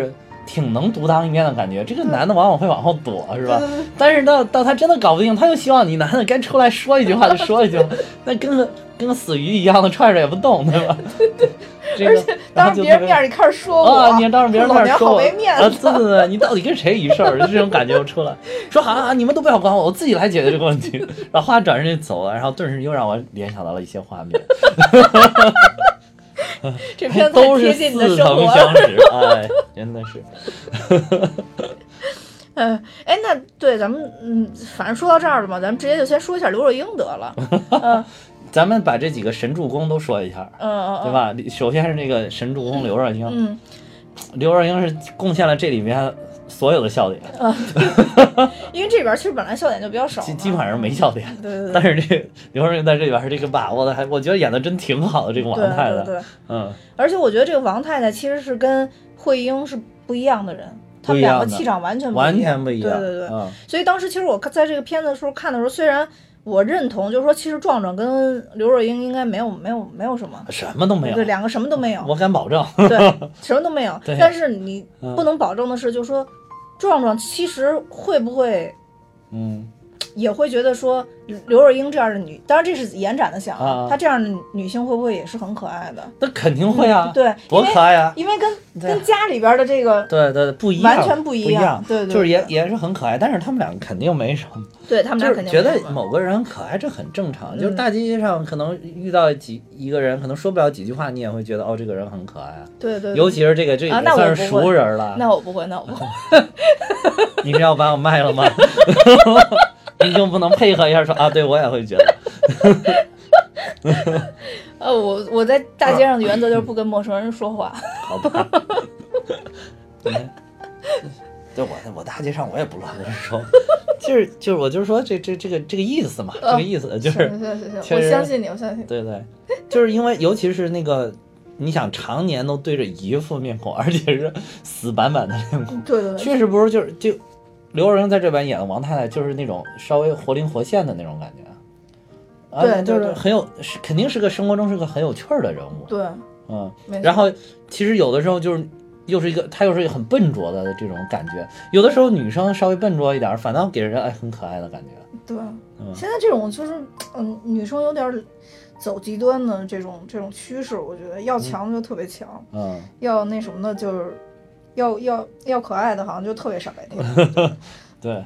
挺能独当一面的感觉。这个男的往往会往后躲，是吧？但是到他真的搞不定，他又希望你男的该出来说一句话就说一句话，那跟个死鱼一样的踹着也不动，对吧？ 而且当着别人面你开始说我啊，你当着别人面说我， 没面子啊，对，你到底跟谁一事儿？就这种感觉就出来，说好啊，你们都不要管我，我自己来解决这个问题。然后话转身就走了，然后顿时又让我联想到了一些画面。 这片子都是似曾相识，哎，真的是。 哎，那对咱们，反正说到这儿了嘛，咱们直接就先说一下刘若英得了。 咱们把这几个神助攻都说一下，对吧？首先是这个神助攻刘若英，刘若英是贡献了这里面所有的笑点， 因为这边其实本来笑点就比较少， 基本上没笑点。 对。 但是这个刘若英在这里边这个把握的我觉得演的真挺好的，这个王太太。 对。而且我觉得这个王太太其实是跟慧英是不一样的人。他们两个气场完全不一样， 对。 所以当时其实我在这个片子的时候看的时候，虽然我认同，就是说其实壮壮跟刘若英应该没有什么， 什么都没有， 对，两个什么都没有， 我敢保证， 对，什么都没有。但是你不能保证的是，就是说壮壮其实会不会，也会觉得说刘若英这样的女，当然这是延展的想她这样的女性会不会也是很可爱的？ 那肯定会啊， 对， 多可爱啊！ 因为跟家里边的这个对不一样， 完全不一样，对， 就是也是很可爱，但是他们两个肯定没什么， 对他们俩肯定觉得某个人可爱，这很正常。就是大街上可能遇到一个人，可能说不了几句话，你也会觉得这个人很可爱啊。 对， 尤其是这个也算是熟人了。 那我不会。 你是要把我卖了吗？你就不能配合一下说啊？对，我也会觉得。 我在大街上的原则就是不跟陌生人说话。 好吧。对，我大街上我也不乱跟人说，就是我就是说这个意思嘛，这个意思就是。 行，我相信你，我相信。 对，就是因为尤其是那个。你想常年都对着一副面孔，而且是死板板的面孔， 对， 确实不是就刘若英在这版演的王太太，就是那种稍微活灵活现的那种感觉， 对， 就是很有，肯定是个生活中是个很有趣儿的人物， 对， 然后其实有的时候就是她又是一个很笨拙的这种感觉，有的时候女生稍微笨拙一点，反倒给人很可爱的感觉， 对，现在这种就是女生有点走极端的这种趋势，我觉得要强就特别强，要那什么的，就是要可爱的，好像就特别傻白甜。 对，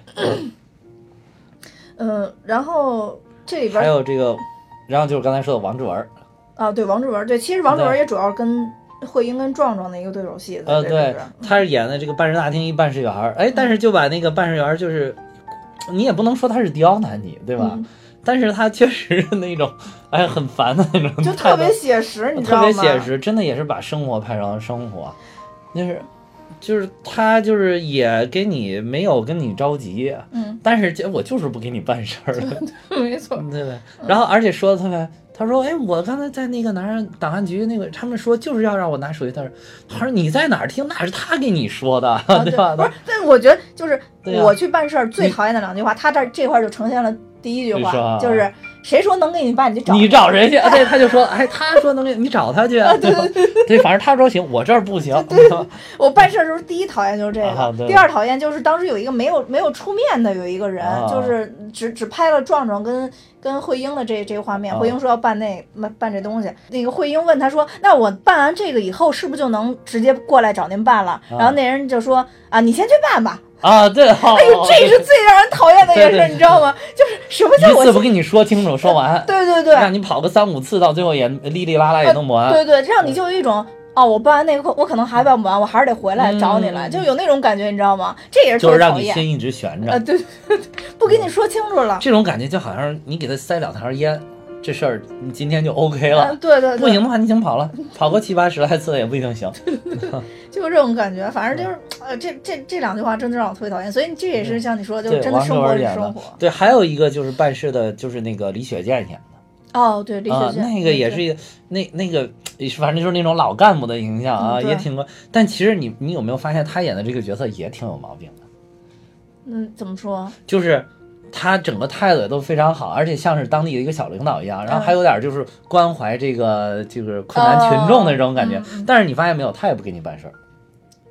然后这里边还有这个，然后就是刚才说的王志文啊，对，王志文，对，其实王志文也主要跟慧英跟壮壮的一个对手戏， 对，他是演的这个办事大厅一办事员，但是就把那个办事员就是你也不能说他是刁难你，对吧？但是他确实是那种，很烦的那种， 就特别写实，你知道吗？ 特别写实，真的也是把生活拍成了生活，就是他就是也给你没有跟你着急，但是我就是不给你办事儿， 没错， 对不对？然后而且说的特别，他说，我刚才在那个档案局那个，他们说就是要让我拿手机，他说你在哪儿听？那是他给你说的，对吧？ 不是，但我觉得就是我去办事儿最讨厌的两句话，他这块就呈现了。第一句话就是谁说能给你办你就你找谁去？对，他就说，他说能给你找他去，对，反正他说行，我这儿不行。 对，我办事的时候第一讨厌就是这个，第二讨厌就是当时有一个没有出面的有一个人，就是只拍了壮壮跟慧英的这个画面。慧英说要办这东西，那个慧英问他说，那我办完这个以后是不是就能直接过来找您办了？然后那人就说你先去办吧。 对， 哎呦，这是最让人讨厌的一个事，你知道吗？就是什么叫一次不跟你说清楚说完， 对， 让你跑个3-5次，到最后也哩哩啦啦也弄不完。 对，这样你就有一种我办完那个我可能还办不完，我还是得回来找你来，就有那种感觉，你知道吗？这也是就是让你心一直悬着。 对，不跟你说清楚了。 这种感觉就好像你给他塞2条烟。这事儿你今天就 OK 了， 对， 不行的话你请跑了，跑个70-80来次也不一定行， 就这种感觉。反正就是这两句话真的让我特别讨厌，所以这也是像你说的，就真的生活是生活。 对，还有一个就是办事的，就是那个李雪健演的。对，李雪健那个也是一个那个，反正就是那种老干部的形象啊，也挺过。但其实你有没有发现他演的这个角色也挺有毛病的？ 怎么说？ 就是。他整个态度也都非常好，而且像是当地的一个小领导一样，然后还有点就是关怀就是困难群众的这种感觉。但是你发现没有，他也不给你办事儿。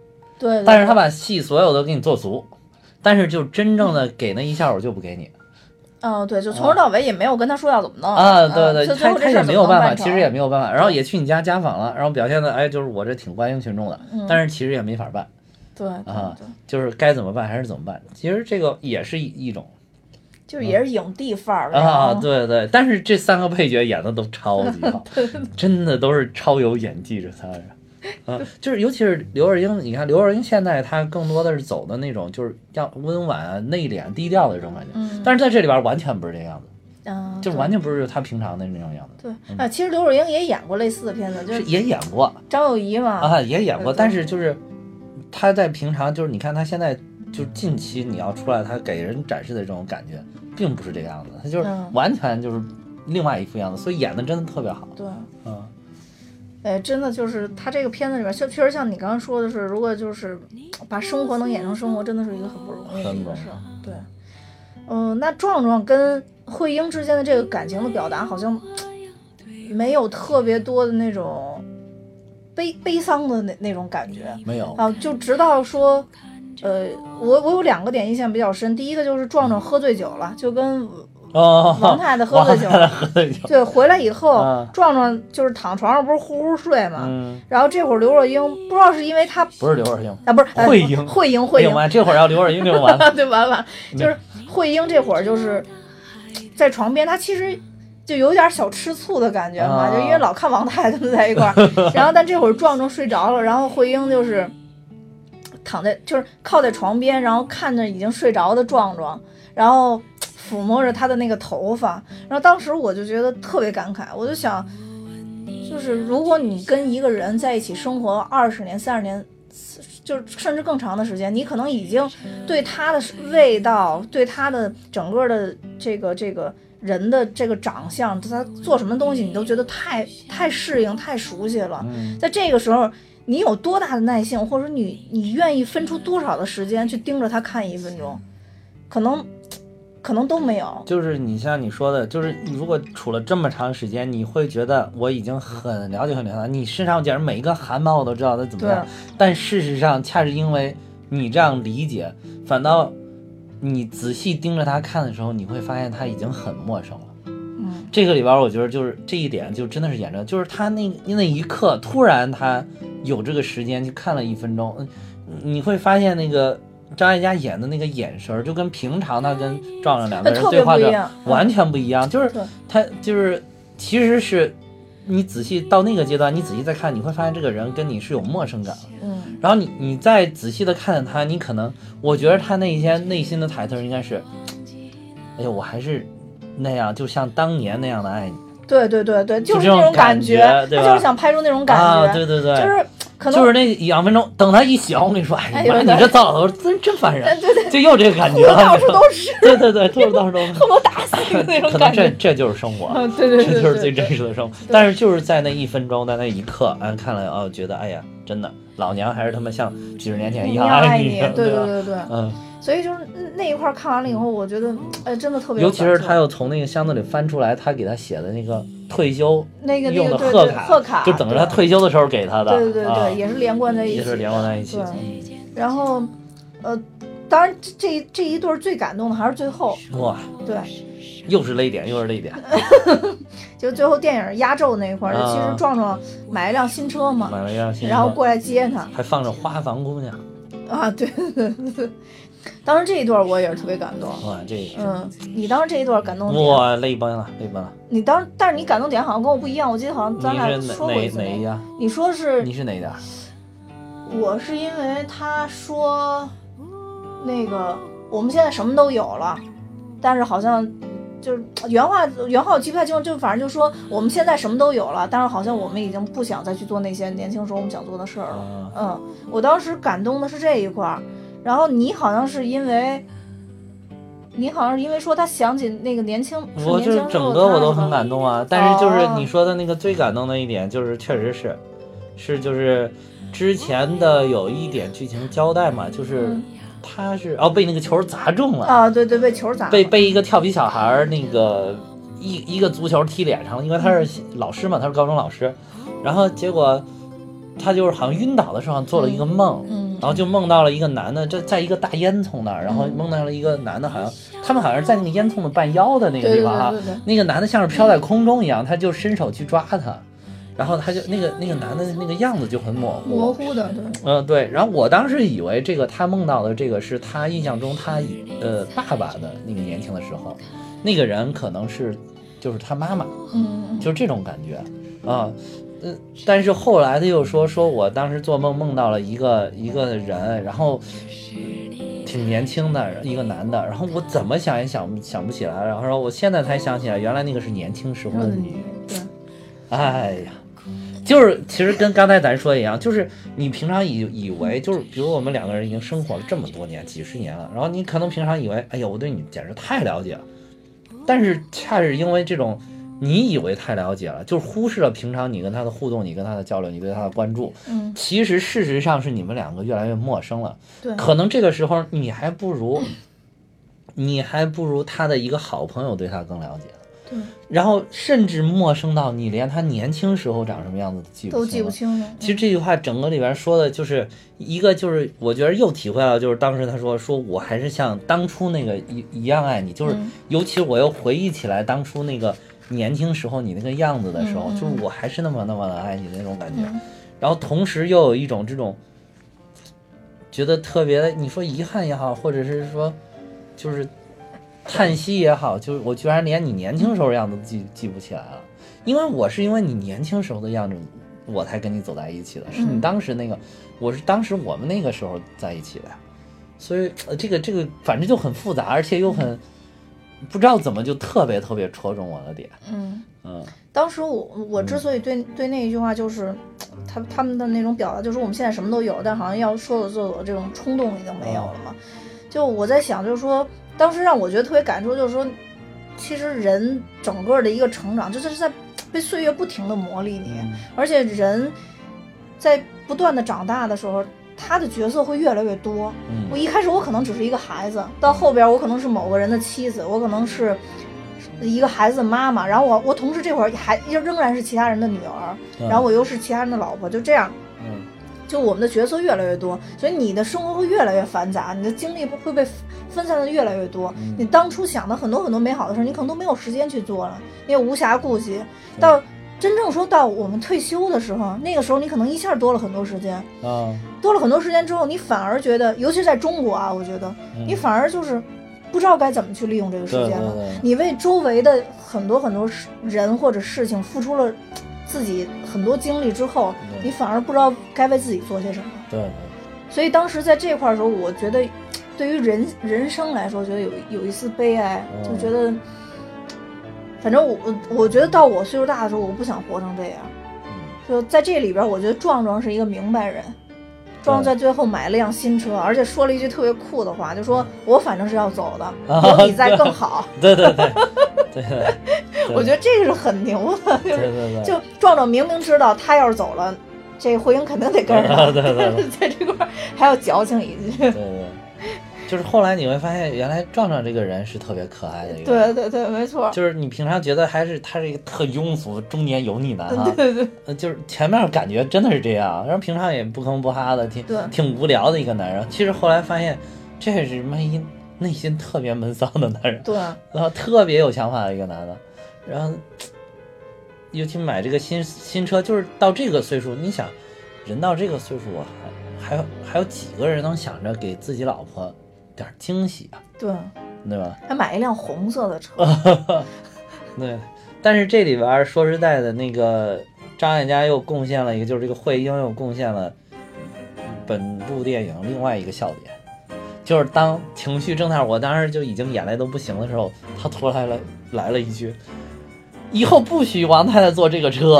对， 但是他把戏所有都给你做足，但是就真正的给那一下午就不给你。 对，就从头到尾也没有跟他说要怎么弄对，他也没有办法，其实也没有办法，然后也去你家访了，然后表现的就是我这挺欢迎群众的，但是其实也没法办。 对就是该怎么办还是怎么办，其实这个也是一种， 就是也是影帝范儿对，但是这3个配角演的都超级好，真的都是超有演技，这3个人。就是尤其是刘若英，你看刘若英现在她更多的是走的那种就是要温婉内敛低调的这种感觉，但是在这里边完全不是这样子，就是完全不是她平常的那种样子。 对其实刘若英也演过类似的片子，就是也演过张幼仪嘛也演过，但是就是她在平常就是你看她现在就近期你要出来，她给人展示的这种感觉并不是这个样子，她就是完全就是另外一副样子，所以演的真的特别好。 对，真的就是他这个片子里边，确实像你刚刚说的是，如果就是把生活能演成生活，真的是一个很不容易的一个事儿。对，那壮壮跟慧英之间的这个感情的表达，好像没有特别多的那种悲伤的那种感觉， 没有就直到说，我有2个点印象比较深，第一个就是壮壮喝醉酒了，就跟王太太喝醉酒，对，回来以后，壮壮就是躺床上不是呼睡嘛，然后这会儿刘若英不知道是因为她不是刘若英不是慧英， 这会儿要刘若英就完了， 对，完了，就是慧英这会儿就是在床边，她其实就有点小吃醋的感觉嘛，就因为老看王太太们在一块儿，然后但这会儿壮壮睡着了，然后慧英就是就是靠在床边，然后看着已经睡着的壮壮，然后抚摸着他的那个头发，然后当时我就觉得特别感慨，我就想，就是如果你跟一个人在一起生活20年、30年，就是甚至更长的时间，你可能已经对他的味道，对他的整个的这个人的这个长相，他做什么东西，你都觉得太适应、太熟悉了。在这个时候，你有多大的耐性，或者你愿意分出多少的时间去盯着他看1分钟，可能都没有。 就是你像你说的，就是如果处了这么长时间，你会觉得我已经很了解他，你身上简直每一个汗毛我都知道他怎么样。但事实上，恰是因为你这样理解，反倒你仔细盯着他看的时候，你会发现他已经很陌生了。这个里边我觉得就是这一点就真的是演着，就是他那一刻突然他有这个时间去看了1分钟，你会发现那个张艾嘉演的那个眼神就跟平常他跟壮壮2个人对话着完全不一样，就是他就是其实是你仔细到那个阶段，你仔细再看，你会发现这个人跟你是有陌生感的。然后你再仔细的看他，你可能我觉得他那些内心的台词应该是，哎呀，我还是那样，就像当年那样的爱你。对， 就是那种感觉，他就是想拍出那种感觉。 对， 就是可能就是那2分钟，等他一醒，我跟你说，哎呀，你这糟老头真烦人， 对， 就又这个感觉了， 到处都是， 对，吐的到处都是， 恨不得打死你那种感觉。 可能这就是生活， 对， 这就是最真实的生活。但是就是在那1分钟，在那一刻，看了觉得哎呀，真的，老娘还是他妈像几十年前一样爱你， 对，所以就是那一块看完了以后，我觉得真的特别有感触。 尤其是他又从那个箱子里翻出来，他给他写的那个退休用的贺卡， 就等着他退休的时候给他的。 对，也是连贯在一起。对，然后当然这一对最感动的还是最后。 哇， 对， 又是泪点。 就最后电影压轴那一块，其实壮壮买了一辆新车嘛，然后过来接他， 还放着花房姑娘。 对。当时这一段我也是特别感动。 哇，这你当时这一段感动点？ 哇，泪崩了。 但是你感动点好像跟我不一样，我记得好像咱俩说过一次。 哪一样？ 你说是？ 你是哪点？ 我是因为他说那个我们现在什么都有了，但是好像就是原话我记不太清楚，就反正就说我们现在什么都有了，但是好像我们已经不想再去做那些年轻时候我们想做的事儿了。我当时感动的是这一块。然后你好像是因为说他想起那个年轻， 我就是整个我都很感动啊。但是就是你说的那个最感动的一点，就是确实是就是之前的有一点剧情交代嘛，就是他是被那个球砸中了对，被球砸了， 被一个调皮小孩那个一个足球踢脸上了，因为他是老师嘛，他是高中老师，然后结果他就是好像晕倒的时候做了一个梦， 然后就梦到了一个男的，这在一个大烟囱那儿，然后梦到了一个男的，好像他们好像是在那个烟囱的半腰的那个地方哈，那个男的像是飘在空中一样，他就伸手去抓他，然后他就那个男的那个样子就很模糊的， 对，对。然后我当时以为这个他梦到的这个是他印象中他爸爸的那个年轻的时候，那个人可能是就是他妈妈，就是这种感觉啊。但是后来他又说我当时做梦梦到了一个人，然后挺年轻的一个男的，然后我怎么想也想不起来，然后说我现在才想起来，原来那个是年轻时候的女。 对， 哎呀，就是其实跟刚才咱说的一样，就是你平常以为就是比如我们两个人已经生活了这么多年几十年了，然后你可能平常以为哎呀我对你简直太了解了，但是恰是因为这种你以为太了解了，就忽视了平常你跟他的互动，你跟他的交流，你对他的关注，其实事实上是你们两个越来越陌生了。 对， 可能这个时候你还不如他的一个好朋友对他更了解。 对， 然后甚至陌生到你连他年轻时候长什么样子都记不清了。 其实这句话整个里边说的就是一个，就是我觉得又体会到，就是当时他说我还是像当初那个一样爱你，就是尤其我又回忆起来当初那个年轻时候你那个样子的时候，就是我还是那么的爱你的那种感觉。然后同时又有一种这种觉得特别的，你说遗憾也好，或者是说就是叹息也好，就是我居然连你年轻时候的样子记不起来了，因为你年轻时候的样子我才跟你走在一起的，是你当时那个我是当时我们那个时候在一起的呀，所以这个反正就很复杂，而且又很不知道怎么就特别戳中我的点。 当时我之所以对那一句话就是他们的那种表达，就是我们现在什么都有，但好像要说有做有这种冲动已经没有了嘛。就我在想，就是说当时让我觉得特别感触，就是说其实人整个的一个成长就是在被岁月不停的磨砺你，而且人在不断的长大的时候，他的角色会越来越多。我一开始我可能只是一个孩子，到后边我可能是某个人的妻子，我可能是一个孩子的妈妈，然后我同时这会儿还仍然是其他人的女儿，然后我又是其他人的老婆，就这样。就我们的角色越来越多，所以你的生活会越来越繁杂，你的精力会被分散的越来越多。你当初想的很多美好的事，你可能都没有时间去做了，你也无暇顾及。到真正说到我们退休的时候，那个时候你可能一下多了很多时间，多了很多时间之后，你反而觉得，尤其在中国啊，我觉得你反而就是不知道该怎么去利用这个时间了。你为周围的很多人或者事情付出了自己很多精力之后，你反而不知道该为自己做些什么。 对。 所以当时在这块的时候，我觉得对于人生来说，觉得有一丝悲哀，就觉得，反正我觉得到我岁数大的时候，我不想活成这样。就在这里边，我觉得壮是一个明白人。壮在最后买了辆新车，而且说了一句特别酷的话，就说我反正是要走的，有你在更好。 对。 我觉得这个是很牛的，就壮明明知道他要是走了，这慧英肯定得跟着他，但是在这块还要矫情一句。 对，就是后来你会发现，原来壮这个人是特别可爱的一个人。 对，没错。 就是你平常觉得他是一个特庸俗中年油腻男哈， 对， 就是前面感觉真的是这样，然后平常也不吭不哈的，挺无聊的一个男人。其实后来发现，这是内心特别闷骚的男人， 对， 然后特别有想法的一个男的，然后尤其买这个新车，就是到这个岁数，你想，人到这个岁数，还有几个人能想着给自己老婆点惊喜啊？对吧？ 还买一辆红色的车。 对，但是这里边说实在的，那个张艾嘉又贡献了一个，就是这个慧英又贡献了本部电影另外一个笑点，就是当情绪正在我当时就已经眼泪都不行的时候，他突然来了一句：“以后不许王太太坐这个车。”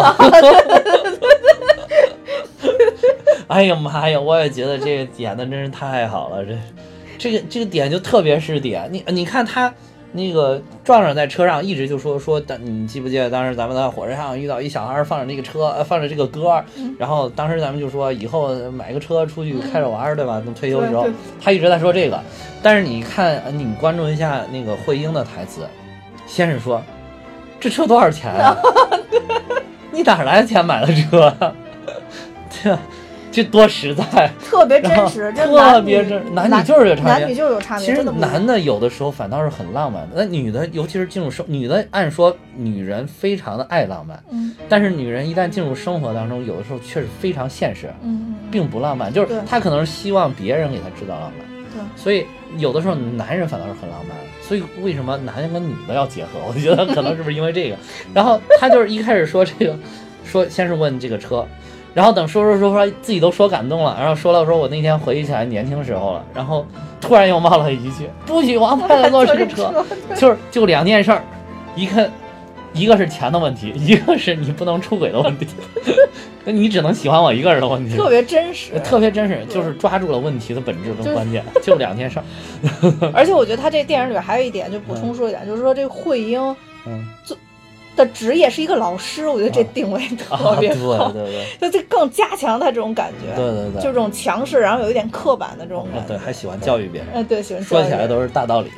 哎呀妈呀！我也觉得这个演的真是太好了，这个点就特别是点。你看他那个壮在车上一直就说，你记不记得当时咱们在火车上遇到一小孩放着这个歌，然后当时咱们就说以后买个车出去开着玩，对吧？等退休的时候，他一直在说这个。但是你看，你关注一下那个慧英的台词，先是说这车多少钱啊？你哪来的钱买了车？对吧？ 这多实在， 特别真实， 特别真，男女就是有差别， 男女就是有差别。 其实男的有的时候反倒是很浪漫的，那女的尤其是进入女的，按说女人非常的爱浪漫，但是女人一旦进入生活当中，有的时候确实非常现实，并不浪漫，就是她可能是希望别人给她制造浪漫。所以有的时候男人反倒是很浪漫，所以为什么男人跟女的要结合？我觉得可能是不是因为这个？然后他就是一开始说这个，说先是问这个车，然后等说自己都说感动了，然后说了说我那天回忆起来年轻时候了，然后突然又冒了一句不许王太太坐这个车，就两件事儿，一个是钱的问题，一个是你不能出轨的问题，你只能喜欢我一个人的问题， 特别真实， 就是抓住了问题的本质跟关键，就两件事儿。 而且我觉得他这电影里边还有一点，就补充说一点，就是说这个慧英，的职业是一个老师，我觉得这定位特别好， 对， 就这更加强他这种感觉， 对， 就这种强势，然后有一点刻板的这种感觉， 对，还喜欢教育别人， 对，喜欢教育别人， 说起来都是大道理。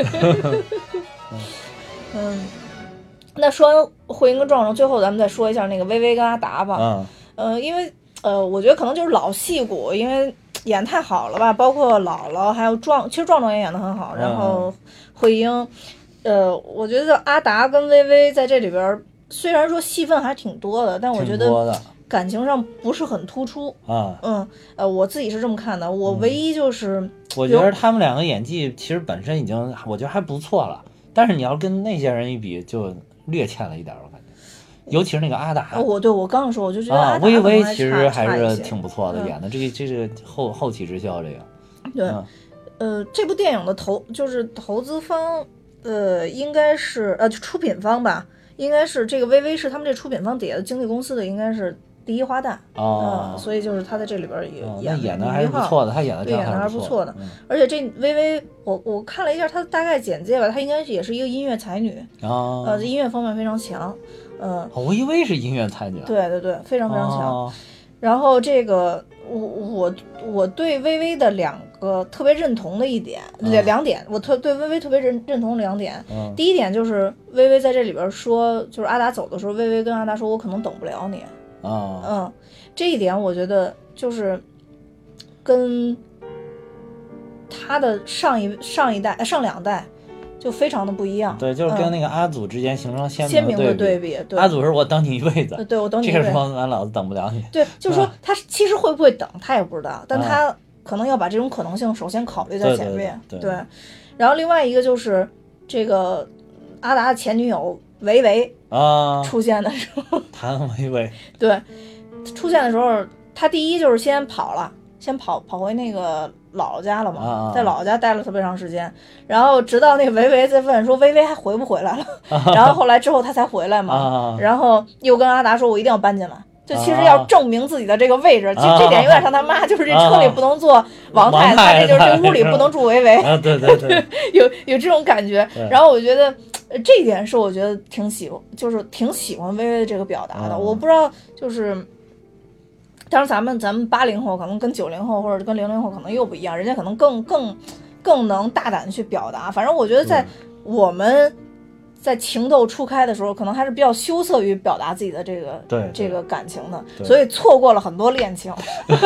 那说完慧英跟壮壮，最后咱们再说一下那个薇薇跟阿达吧。因为我觉得可能就是老戏骨，因为演太好了吧，包括姥姥还有其实壮壮也演得很好，然后慧英，我觉得阿达跟薇薇在这里边虽然说戏份还挺多的，但我觉得感情上不是很突出啊。我自己是这么看的，我唯一就是我觉得他们两个演技其实本身已经我觉得还不错了，但是你要跟那些人一比就略欠了一点，我感觉，尤其是那个阿达。 我刚说，我就觉得阿达薇薇其实还是挺不错的，演的这个后起之秀这个。对，这部电影的投资方，应该是出品方吧，应该是这个薇薇是他们这出品方底下的经纪公司的，应该是第一花旦所以就是他在这里边也演的还是不错的，他演的还是不错的。而且这薇薇，我看了一下她大概简介吧，她应该也是一个音乐才女音乐方面非常强。 我以为是音乐才女。 对，非常非常强。然后这个我对薇薇的两个特别认同的两点，我对薇薇特别认同两点。第一点就是薇薇在这里边说，就是阿达走的时候，薇薇跟阿达说，我可能等不了你。这一点我觉得就是跟他的上两代就非常的不一样。 对，就是跟那个阿祖之间形成鲜明的对比。对， 阿祖是我等你一辈子， 对，我等你一辈子。 这个说俺老子等不了你。 对，就是说他其实会不会等他也不知道，但他可能要把这种可能性首先考虑在前面。 对。 然后另外一个就是这个阿达的前女友维维出现的时候， 谭维维对出现的时候，他第一就是先跑回那个姥姥家了嘛，在姥姥家待了特别长时间，然后直到那个维维在问说维维还回不回来了，然后后来之后他才回来嘛，然后又跟阿达说我一定要搬进来，就其实要证明自己的这个位置，其实这点有点像他妈，就是这车里不能坐王太太，就是这屋里不能住维维， 对， 有这种感觉。然后我觉得这一点是我觉得挺喜欢薇薇的这个表达的。我不知道就是当然咱们80后可能跟90后或者跟00后可能又不一样，人家可能更能大胆去表达。反正我觉得在我们在情窦初开的时候，可能还是比较羞涩于表达自己的这个感情的，所以错过了很多恋情。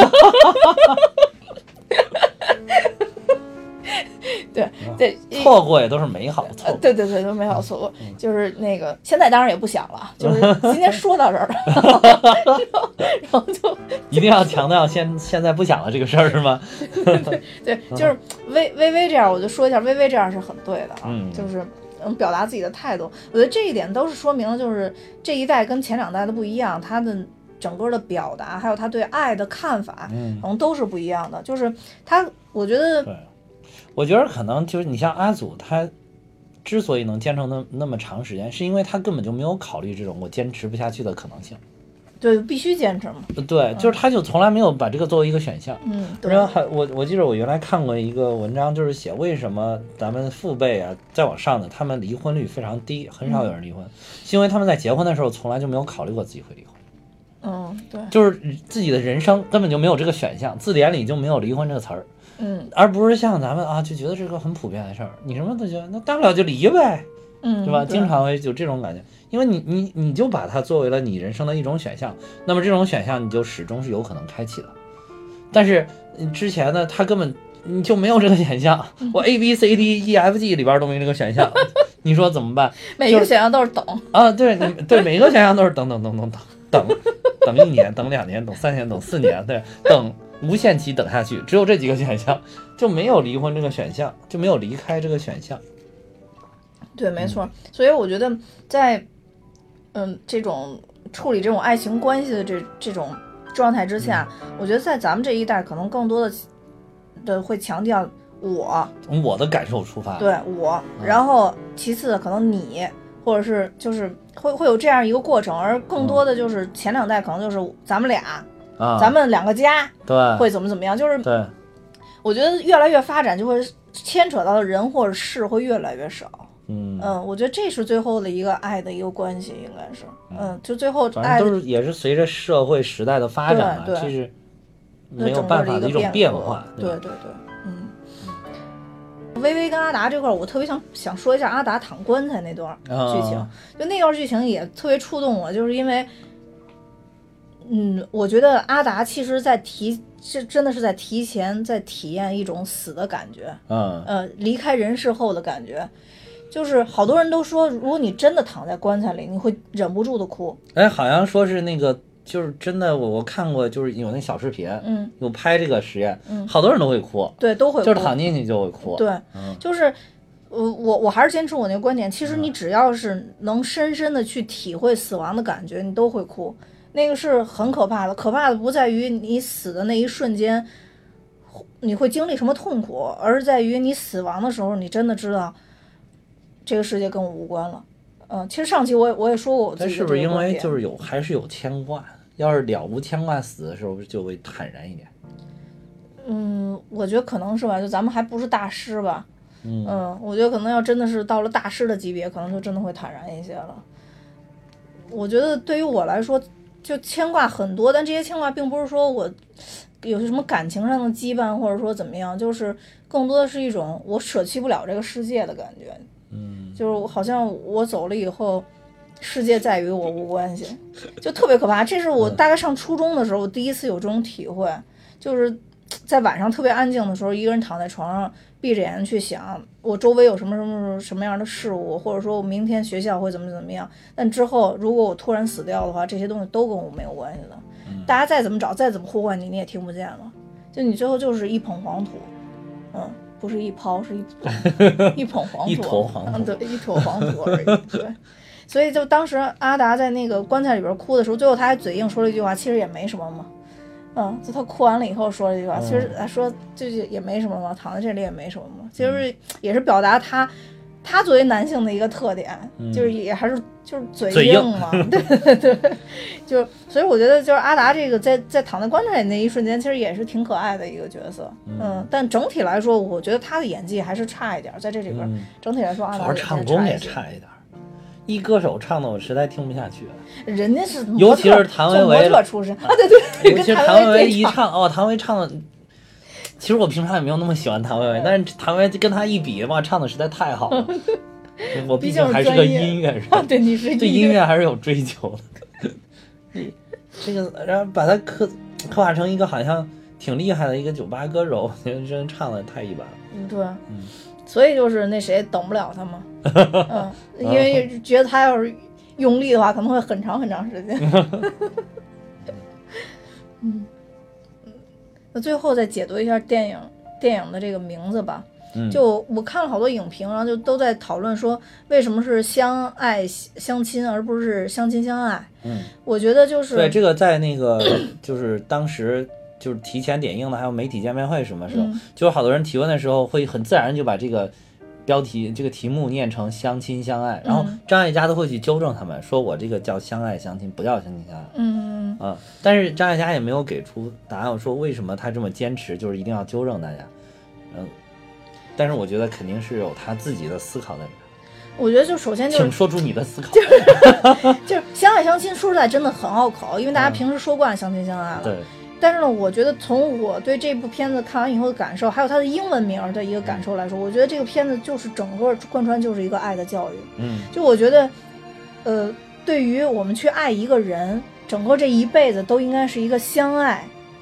对， 错过也都是美好错过。 对，都美好错过。就是那个现在当然也不想了，就是今天说到这儿了，然后就一定要强调现在不想了这个事儿是吗？ 对，就是薇薇这样，我就说一下，薇薇这样是很对的就是表达自己的态度。我觉得这一点都是说明了，就是这一代跟前两代的不一样，他的整个的表达还有他对爱的看法，可能都是不一样的。就是我觉得可能就是你像阿祖，他之所以能坚持那么长时间，是因为他根本就没有考虑这种我坚持不下去的可能性。 对，必须坚持嘛。 对，就是他就从来没有把这个作为一个选项。 对。 然后我记得我原来看过一个文章，就是写为什么咱们父辈啊再往上的他们离婚率非常低，很少有人离婚，是因为他们在结婚的时候从来就没有考虑过自己会离婚。 对， 就是自己的人生根本就没有这个选项，字典里就没有离婚这个词儿。而不是像咱们就觉得这个很普遍的事儿，你什么都觉得那大不了就离呗，对吧？经常会有这种感觉，因为你就把它作为了你人生的一种选项，那么这种选项你就始终是有可能开启的。 但是之前呢，他根本你就没有这个选项，我 A B C D E F G 里边都没这个选项，你说怎么办？ 每个选项都是等啊，对对，每个选项都是等1年，等2年，等3年，等4年，对，等无限期等下去，只有这几个选项，就没有离婚这个选项，就没有离开这个选项。 对，没错。所以我觉得在这种处理这种爱情关系的这种状态之下，我觉得在咱们这一代可能更多的会强调我的感受出发， 对我，然后其次可能你，或者是就是会有这样一个过程，而更多的就是前2代可能就是咱们俩，咱们2个家， 对， 会怎么样，就是对， 我觉得越来越发展就会牵扯到的人或者事会越来越少。我觉得这是最后的一个爱的一个关系，应该是，就最后爱都是也是随着社会时代的发展嘛，这是没有办法的一种变化。 对，薇薇跟阿达这块，我特别想说一下阿达躺棺材那段剧情，就那段剧情也特别触动我，就是因为，我觉得阿达其实真的是在提前在体验一种死的感觉，离开人世后的感觉。就是好多人都说，如果你真的躺在棺材里，你会忍不住的哭。 好像说是那个，就是真的，我看过，就是有那小视频，有拍这个实验，好多人都会哭， 对，都会哭， 就是躺进去就会哭。 对，就是我还是坚持我那个观点，其实你只要是能深深的去体会死亡的感觉，你都会哭。那个是很可怕的，可怕的不在于你死的那一瞬间你会经历什么痛苦，而是在于你死亡的时候，你真的知道这个世界跟我无关了。其实上期我也说过我自己的这个观点。 但是不是因为就是还是有牵挂？要是了无牵挂死的时候就会坦然一点。 我觉得可能是吧，就咱们还不是大师吧。我觉得可能要真的是到了大师的级别，可能就真的会坦然一些了。我觉得对于我来说，就牵挂很多，但这些牵挂并不是说我有什么感情上的羁绊，或者说怎么样，就是更多的是一种我舍弃不了这个世界的感觉。就是好像我走了以后，世界再与我无关系，就特别可怕。这是我大概上初中的时候，我第一次有这种体会，就是在晚上特别安静的时候，一个人躺在床上，闭着眼去想我周围有什么样的事物，或者说我明天学校会怎么样。但之后如果我突然死掉的话，这些东西都跟我没有关系的。大家再怎么找，再怎么呼唤你，你也听不见了。就你最后就是一捧黄土，不是一抛，是一捧黄土， 一坨黄土， 对，一坨黄土而已。对，所以就当时阿达在那个棺材里边哭的时候，最后他还嘴硬说了一句话，其实也没什么嘛。就他哭完了以后说了一句话，其实说就也没什么嘛，躺在这里也没什么嘛。其实也是表达他作为男性的一个特点，就是也还是就是嘴硬嘛。对，就所以我觉得就是阿达这个在躺在棺材里那一瞬间，其实也是挺可爱的一个角色。但整体来说，我觉得他的演技还是差一点，在这里边整体来说，阿达唱功也差一点。一歌手唱的我实在听不下去了， 人家是尤其是谭维维模特出身啊，对， 尤其是谭维维一唱，谭维维唱的。其实我平常也没有那么喜欢谭维维，但是谭维维跟他一比，哇，唱的实在太好了。我毕竟还是个音乐人， 对，你是对音乐还是有追求的。这个，然后把他刻画成一个好像挺厉害的一个酒吧歌手，真唱的太一般了。 对，所以就是那谁等不了他嘛。因为觉得他要是用力的话，可能会很长很长时间。那最后再解读一下电影的这个名字吧。就我看了好多影评，然后就都在讨论说为什么是相爱相亲而不是相亲相爱。我觉得就是对这个在那个就是当时就是提前点映的，还有媒体见面会什么时候，就是好多人提问的时候会很自然就把这个标题这个题目念成相亲相爱，然后张艾嘉都会去纠正他们，说我这个叫相爱相亲，不叫相亲相爱。但是张艾嘉也没有给出答案，说为什么他这么坚持，就是一定要纠正大家。但是我觉得肯定是有他自己的思考在里面。 我觉得就首先就是请说出你的思考。 就是相爱相亲，说实在真的很拗口，因为大家平时说惯相亲相爱了。 对。 但是呢，我觉得从我对这部片子看完以后的感受，还有它的英文名的一个感受来说，我觉得这个片子就是整个贯穿就是一个爱的教育。就我觉得，对于我们去爱一个人，整个这一辈子都应该是一个相爱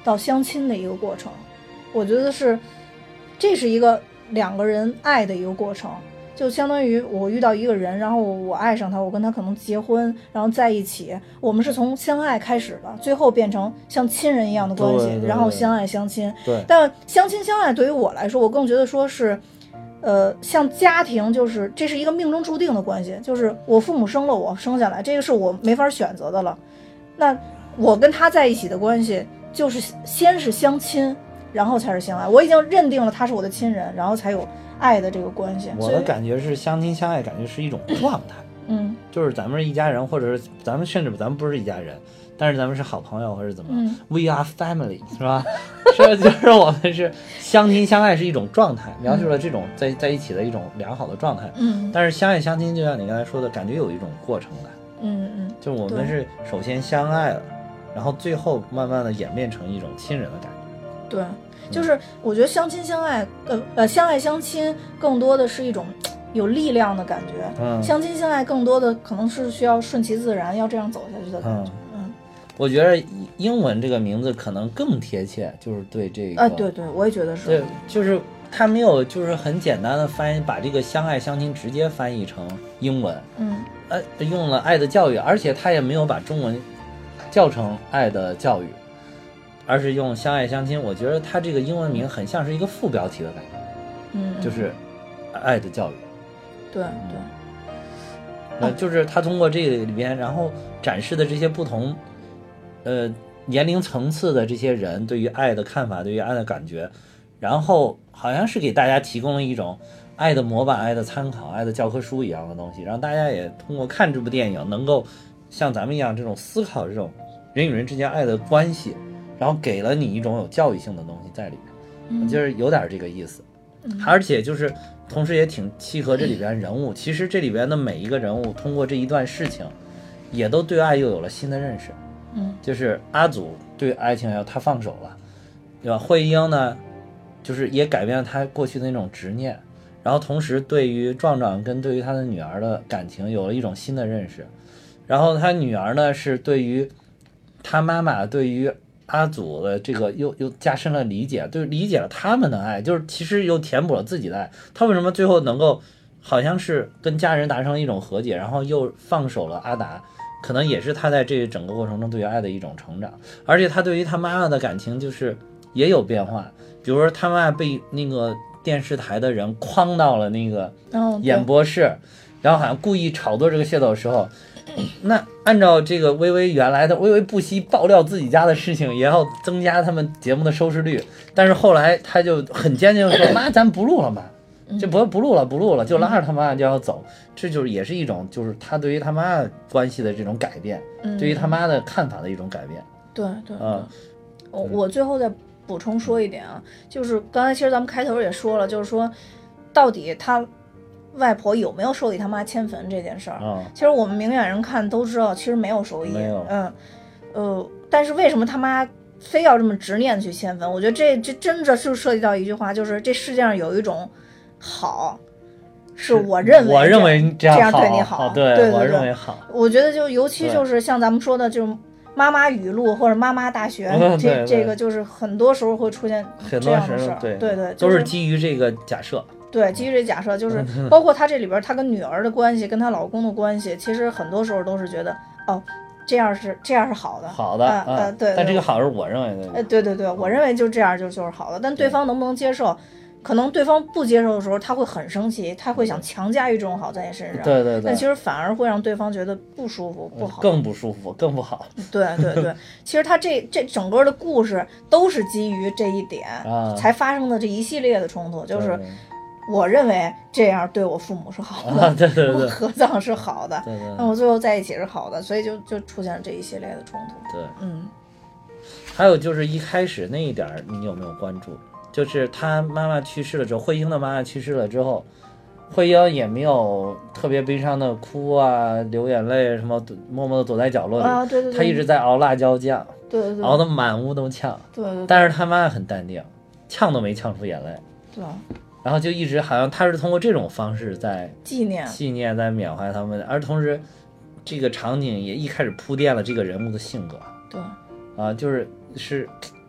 到相亲的一个过程。我觉得这是一个两个人爱的一个过程，就相当于我遇到一个人，然后我爱上他，我跟他可能结婚，然后在一起，我们是从相爱开始的，最后变成像亲人一样的关系， 对， 然后相爱相亲。 对， 但相亲相爱对于我来说，我更觉得说是像家庭，就是这是一个命中注定的关系，就是我父母生了我生下来，这个是我没法选择的了。那我跟他在一起的关系就是先是相亲，然后才是相爱，我已经认定了他是我的亲人，然后才有爱的这个关系。 我的感觉是相亲相爱，感觉是一种状态。就是咱们是一家人，或者是咱们甚至咱们不是一家人，但是咱们是好朋友或者怎么，We are family， 是吧？就是我们是相亲相爱是一种状态，描述了这种在一起的一种良好的状态。但是相爱相亲就像你刚才说的，感觉有一种过程感。就是我们是首先相爱了，然后最后慢慢的演变成一种亲人的感觉。 对，就是我觉得相亲相爱，相爱相亲更多的是一种有力量的感觉。相亲相爱更多的可能是需要顺其自然，要这样走下去的感觉。 我觉得英文这个名字可能更贴切，就是对这个。 对对，我也觉得是。 对，就是他没有就是很简单的翻译，把这个相爱相亲直接翻译成英文。用了爱的教育，而且他也没有把中文叫成爱的教育，而是用相爱相亲。我觉得他这个英文名很像是一个副标题的感觉。就是爱的教育。 对对。就是他通过这个里边，然后展示的这些不同年龄层次的这些人对于爱的看法，对于爱的感觉，然后好像是给大家提供了一种爱的模板、爱的参考、爱的教科书一样的东西，让大家也通过看这部电影能够像咱们一样这种思考这种人与人之间爱的关系，然后给了你一种有教育性的东西在里面。就是有点这个意思。而且就是同时也挺契合这里边人物，其实这里边的每一个人物通过这一段事情也都对爱又有了新的认识。就是阿祖对爱情他放手了，对吧？慧英呢就是也改变了他过去的那种执念，然后同时对于壮壮跟对于他的女儿的感情有了一种新的认识，然后他女儿呢是对于他妈妈对于阿祖的这个又加深了理解，就是理解了他们的爱，就是其实又填补了自己的爱。他为什么最后能够好像是跟家人达成了一种和解，然后又放手了阿达，可能也是他在这整个过程中对于爱的一种成长。而且他对于他妈妈的感情就是也有变化，比如说他妈妈被那个电视台的人诓到了那个演播室，然后好像故意炒作这个械斗的时候，那按照这个微微原来的微微不惜爆料自己家的事情，也要增加他们节目的收视率，但是后来他就很坚定地说妈咱不录了嘛，这不录了，就拉着他妈就要走。这就是也是一种就是他对于他妈关系的这种改变，对于他妈的看法的一种改变。 对对。我最后再补充说一点啊，就是刚才其实咱们开头也说了，就是说到底他外婆有没有授意他妈迁坟这件事儿。其实我们明眼人看都知道，其实没有授意。 没有。 但是为什么他妈非要这么执念去迁坟？我觉得这真的就涉及到一句话，就是这世界上有一种好，是我认为这样对你好。对， 我认为好。 我觉得就尤其就是像咱们说的，就是妈妈语录或者妈妈大学，这个就是很多时候会出现这样的事儿。对， 都是基于这个假设。 对，基于这假设，就是包括他这里边他跟女儿的关系，跟他老公的关系，其实很多时候都是觉得这样是好的。对。 但这个好是我认为的。 对，我认为就这样就是好的，但对方能不能接受？可能对方不接受的时候，他会很生气，他会想强加于这种好在你身上。 对。 但其实反而会让对方觉得不舒服、不好， 更不舒服，更不好。 对。其实他这整个的故事都是基于这一点才发生的这一系列的冲突，就是我认为这样对我父母是好的， 对， 我合葬是好的， 对， 那我最后在一起是好的，所以就出现了这一系列的冲突。 对，还有就是一开始那一点你有没有关注？就是他妈妈去世了之后，慧英的妈妈去世了之后，慧英也没有特别悲伤的哭啊、流眼泪什么，默默的躲在角落里。 对， 他一直在熬辣椒酱， 对， 熬得满屋都呛。 对。 但是他妈妈很淡定，呛都没呛出眼泪。 对。 然后就一直好像他是通过这种方式在纪念， 在缅怀他们，而同时这个场景也一开始铺垫了这个人物的性格。 对。 就是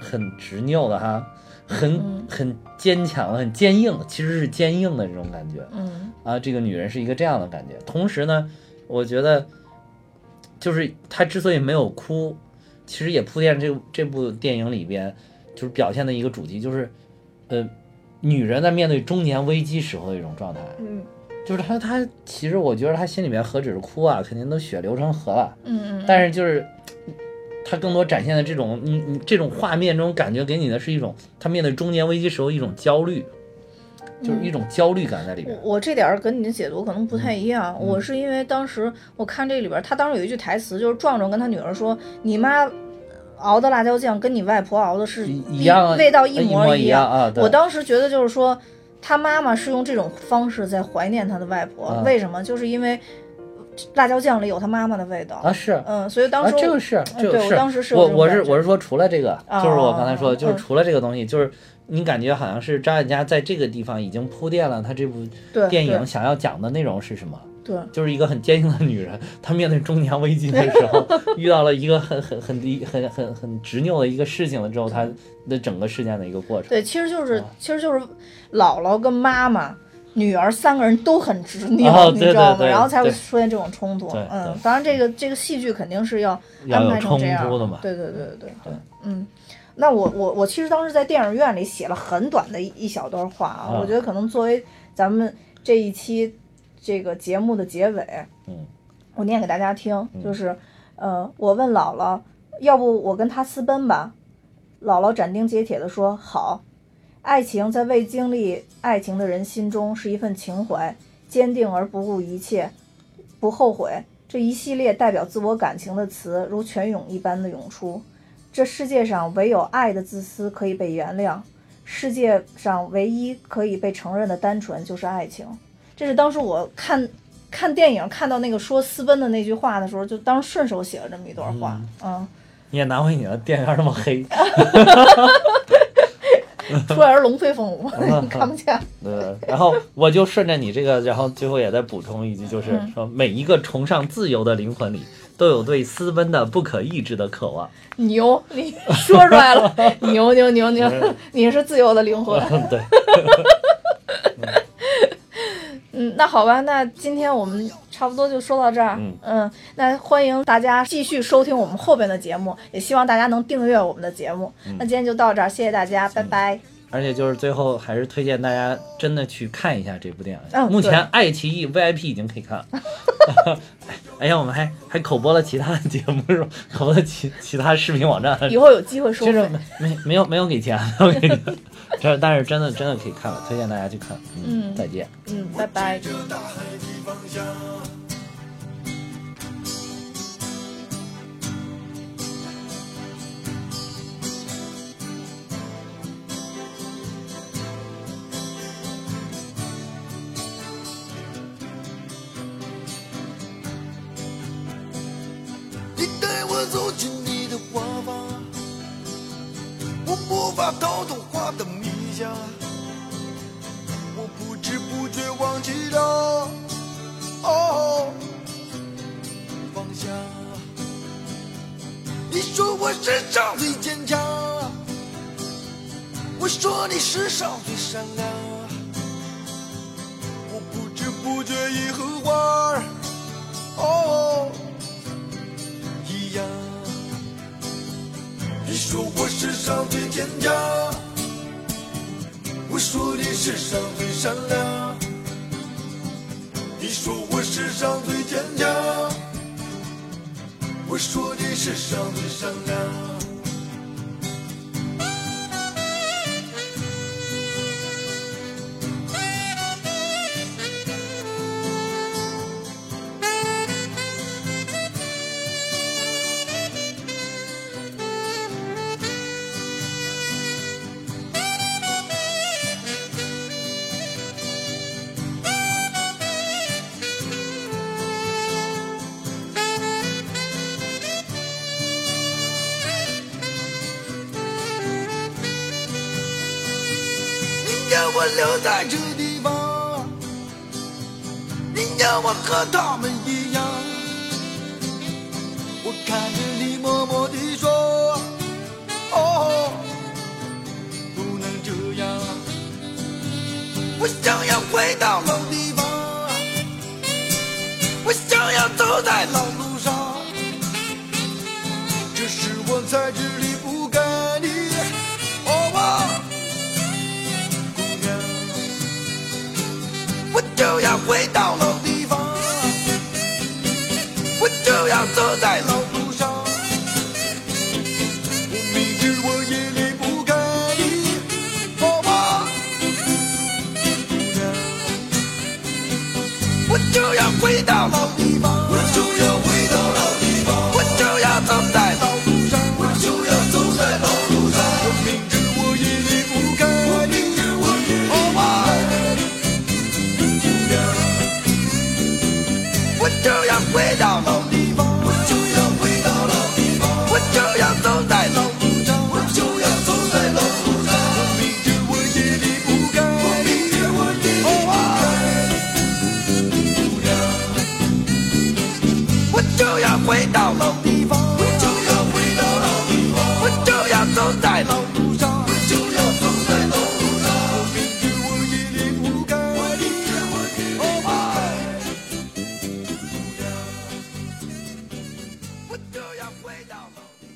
很执拗的哈，很坚强、很坚硬，其实是坚硬的这种感觉。这个女人是一个这样的感觉。同时呢，我觉得就是她之所以没有哭，其实也铺垫这部电影里边就是表现的一个主题，就是女人在面对中年危机时候的一种状态。就是她其实我觉得她心里面何止是哭啊，肯定都血流成河了。但是就是她更多展现的这种这种画面，这种感觉给你的是一种她面对中年危机时候一种焦虑，就是一种焦虑感在里边。 我这点跟你的解读可能不太一样。我是因为当时我看这里边，他当时有一句台词，就是壮壮跟他女儿说：“你妈熬的辣椒酱跟你外婆熬的是一样， 味道一模一样啊！” 我当时觉得就是说，他妈妈是用这种方式在怀念他的外婆。为什么？就是因为辣椒酱里有他妈妈的味道啊！是， 所以当时这个是， 对，我当时是我是说，除了这个，就是我刚才说的，就是除了这个东西，就是你感觉好像是张艾嘉在这个地方已经铺垫了他这部电影想要讲的内容是什么。 对， 就是一个很坚硬的女人，她面对中年危机的时候，遇到了一个很执拗的一个事情了之后，她的整个事件的一个过程。 对，其实就是姥姥跟妈妈、女儿三个人都很执拗，你知道吗？然后才会出现这种冲突。当然这个戏剧肯定是要安排成这样的嘛。 对。那我其实当时在电影院里写了很短的一小段话啊，我觉得可能作为咱们这一期这个节目的结尾，我念给大家听，就是我问姥姥，要不我跟他私奔吧？姥姥斩钉截铁地说好。爱情在未经历爱情的人心中是一份情怀，坚定而不顾一切，不后悔。这一系列代表自我感情的词如泉涌一般的涌出。这世界上唯有爱的自私可以被原谅，世界上唯一可以被承认的单纯就是爱情。这是当时我看电影看到那个说私奔的那句话的时候，就当时顺手写了这么一段话。 你也难为你了，电影那么黑。 出来是龙飞凤舞，看不见。 然后我就顺着你这个，然后最后也再补充一句，就是说每一个崇尚自由的灵魂里，都有对私奔的不可抑制的渴望。 牛，你说出来了，牛，你是自由的灵魂。 对。 那好吧，那今天我们差不多就说到这儿。那欢迎大家继续收听我们后边的节目，也希望大家能订阅我们的节目。那今天就到这儿，谢谢大家，拜拜。 而且就是最后还是推荐大家真的去看一下这部电影。目前爱奇艺 VIP 已经可以看了。哎呀，我们还口播了其他的节目是吧？口播了其他视频网站。 以后有机会收费。 就是没有给钱，但是真的可以看了，推荐大家去看。再见。 拜拜。 你带我走进你的花房，我无法逃脱花的迷香，我不知不觉忘记了方向。你说我世上最坚强，我说你世上最善良，我不知不觉已和花一样。你说我世上最坚强，我说你世上最善良，你说我世上最坚强，我说你世上最善良。我留在这地方，你让我和他们一样。我看着你默默地说我想要回到老地方，我想要走在老路上，这是我在这里不该的公园。我就要回到老地方，我就要走在老路上，我明知我也离不开你，我就要回到老地方，我就要回到老地方，我就要走在老路上，我就要走在老路上，我明知我也离不开你，我明知我也离不开你，我就要回到老地方，我就要回到老地方，我就要走在老路上，我就要走在老路上，我明知我也离不开你，我明知我也离不开你，我就要回到老地方，我就要回到老地方，我就要走在老路上，我就要走在老路上，我明知我也离不开，我明知我也离不开，我就要回到老地方。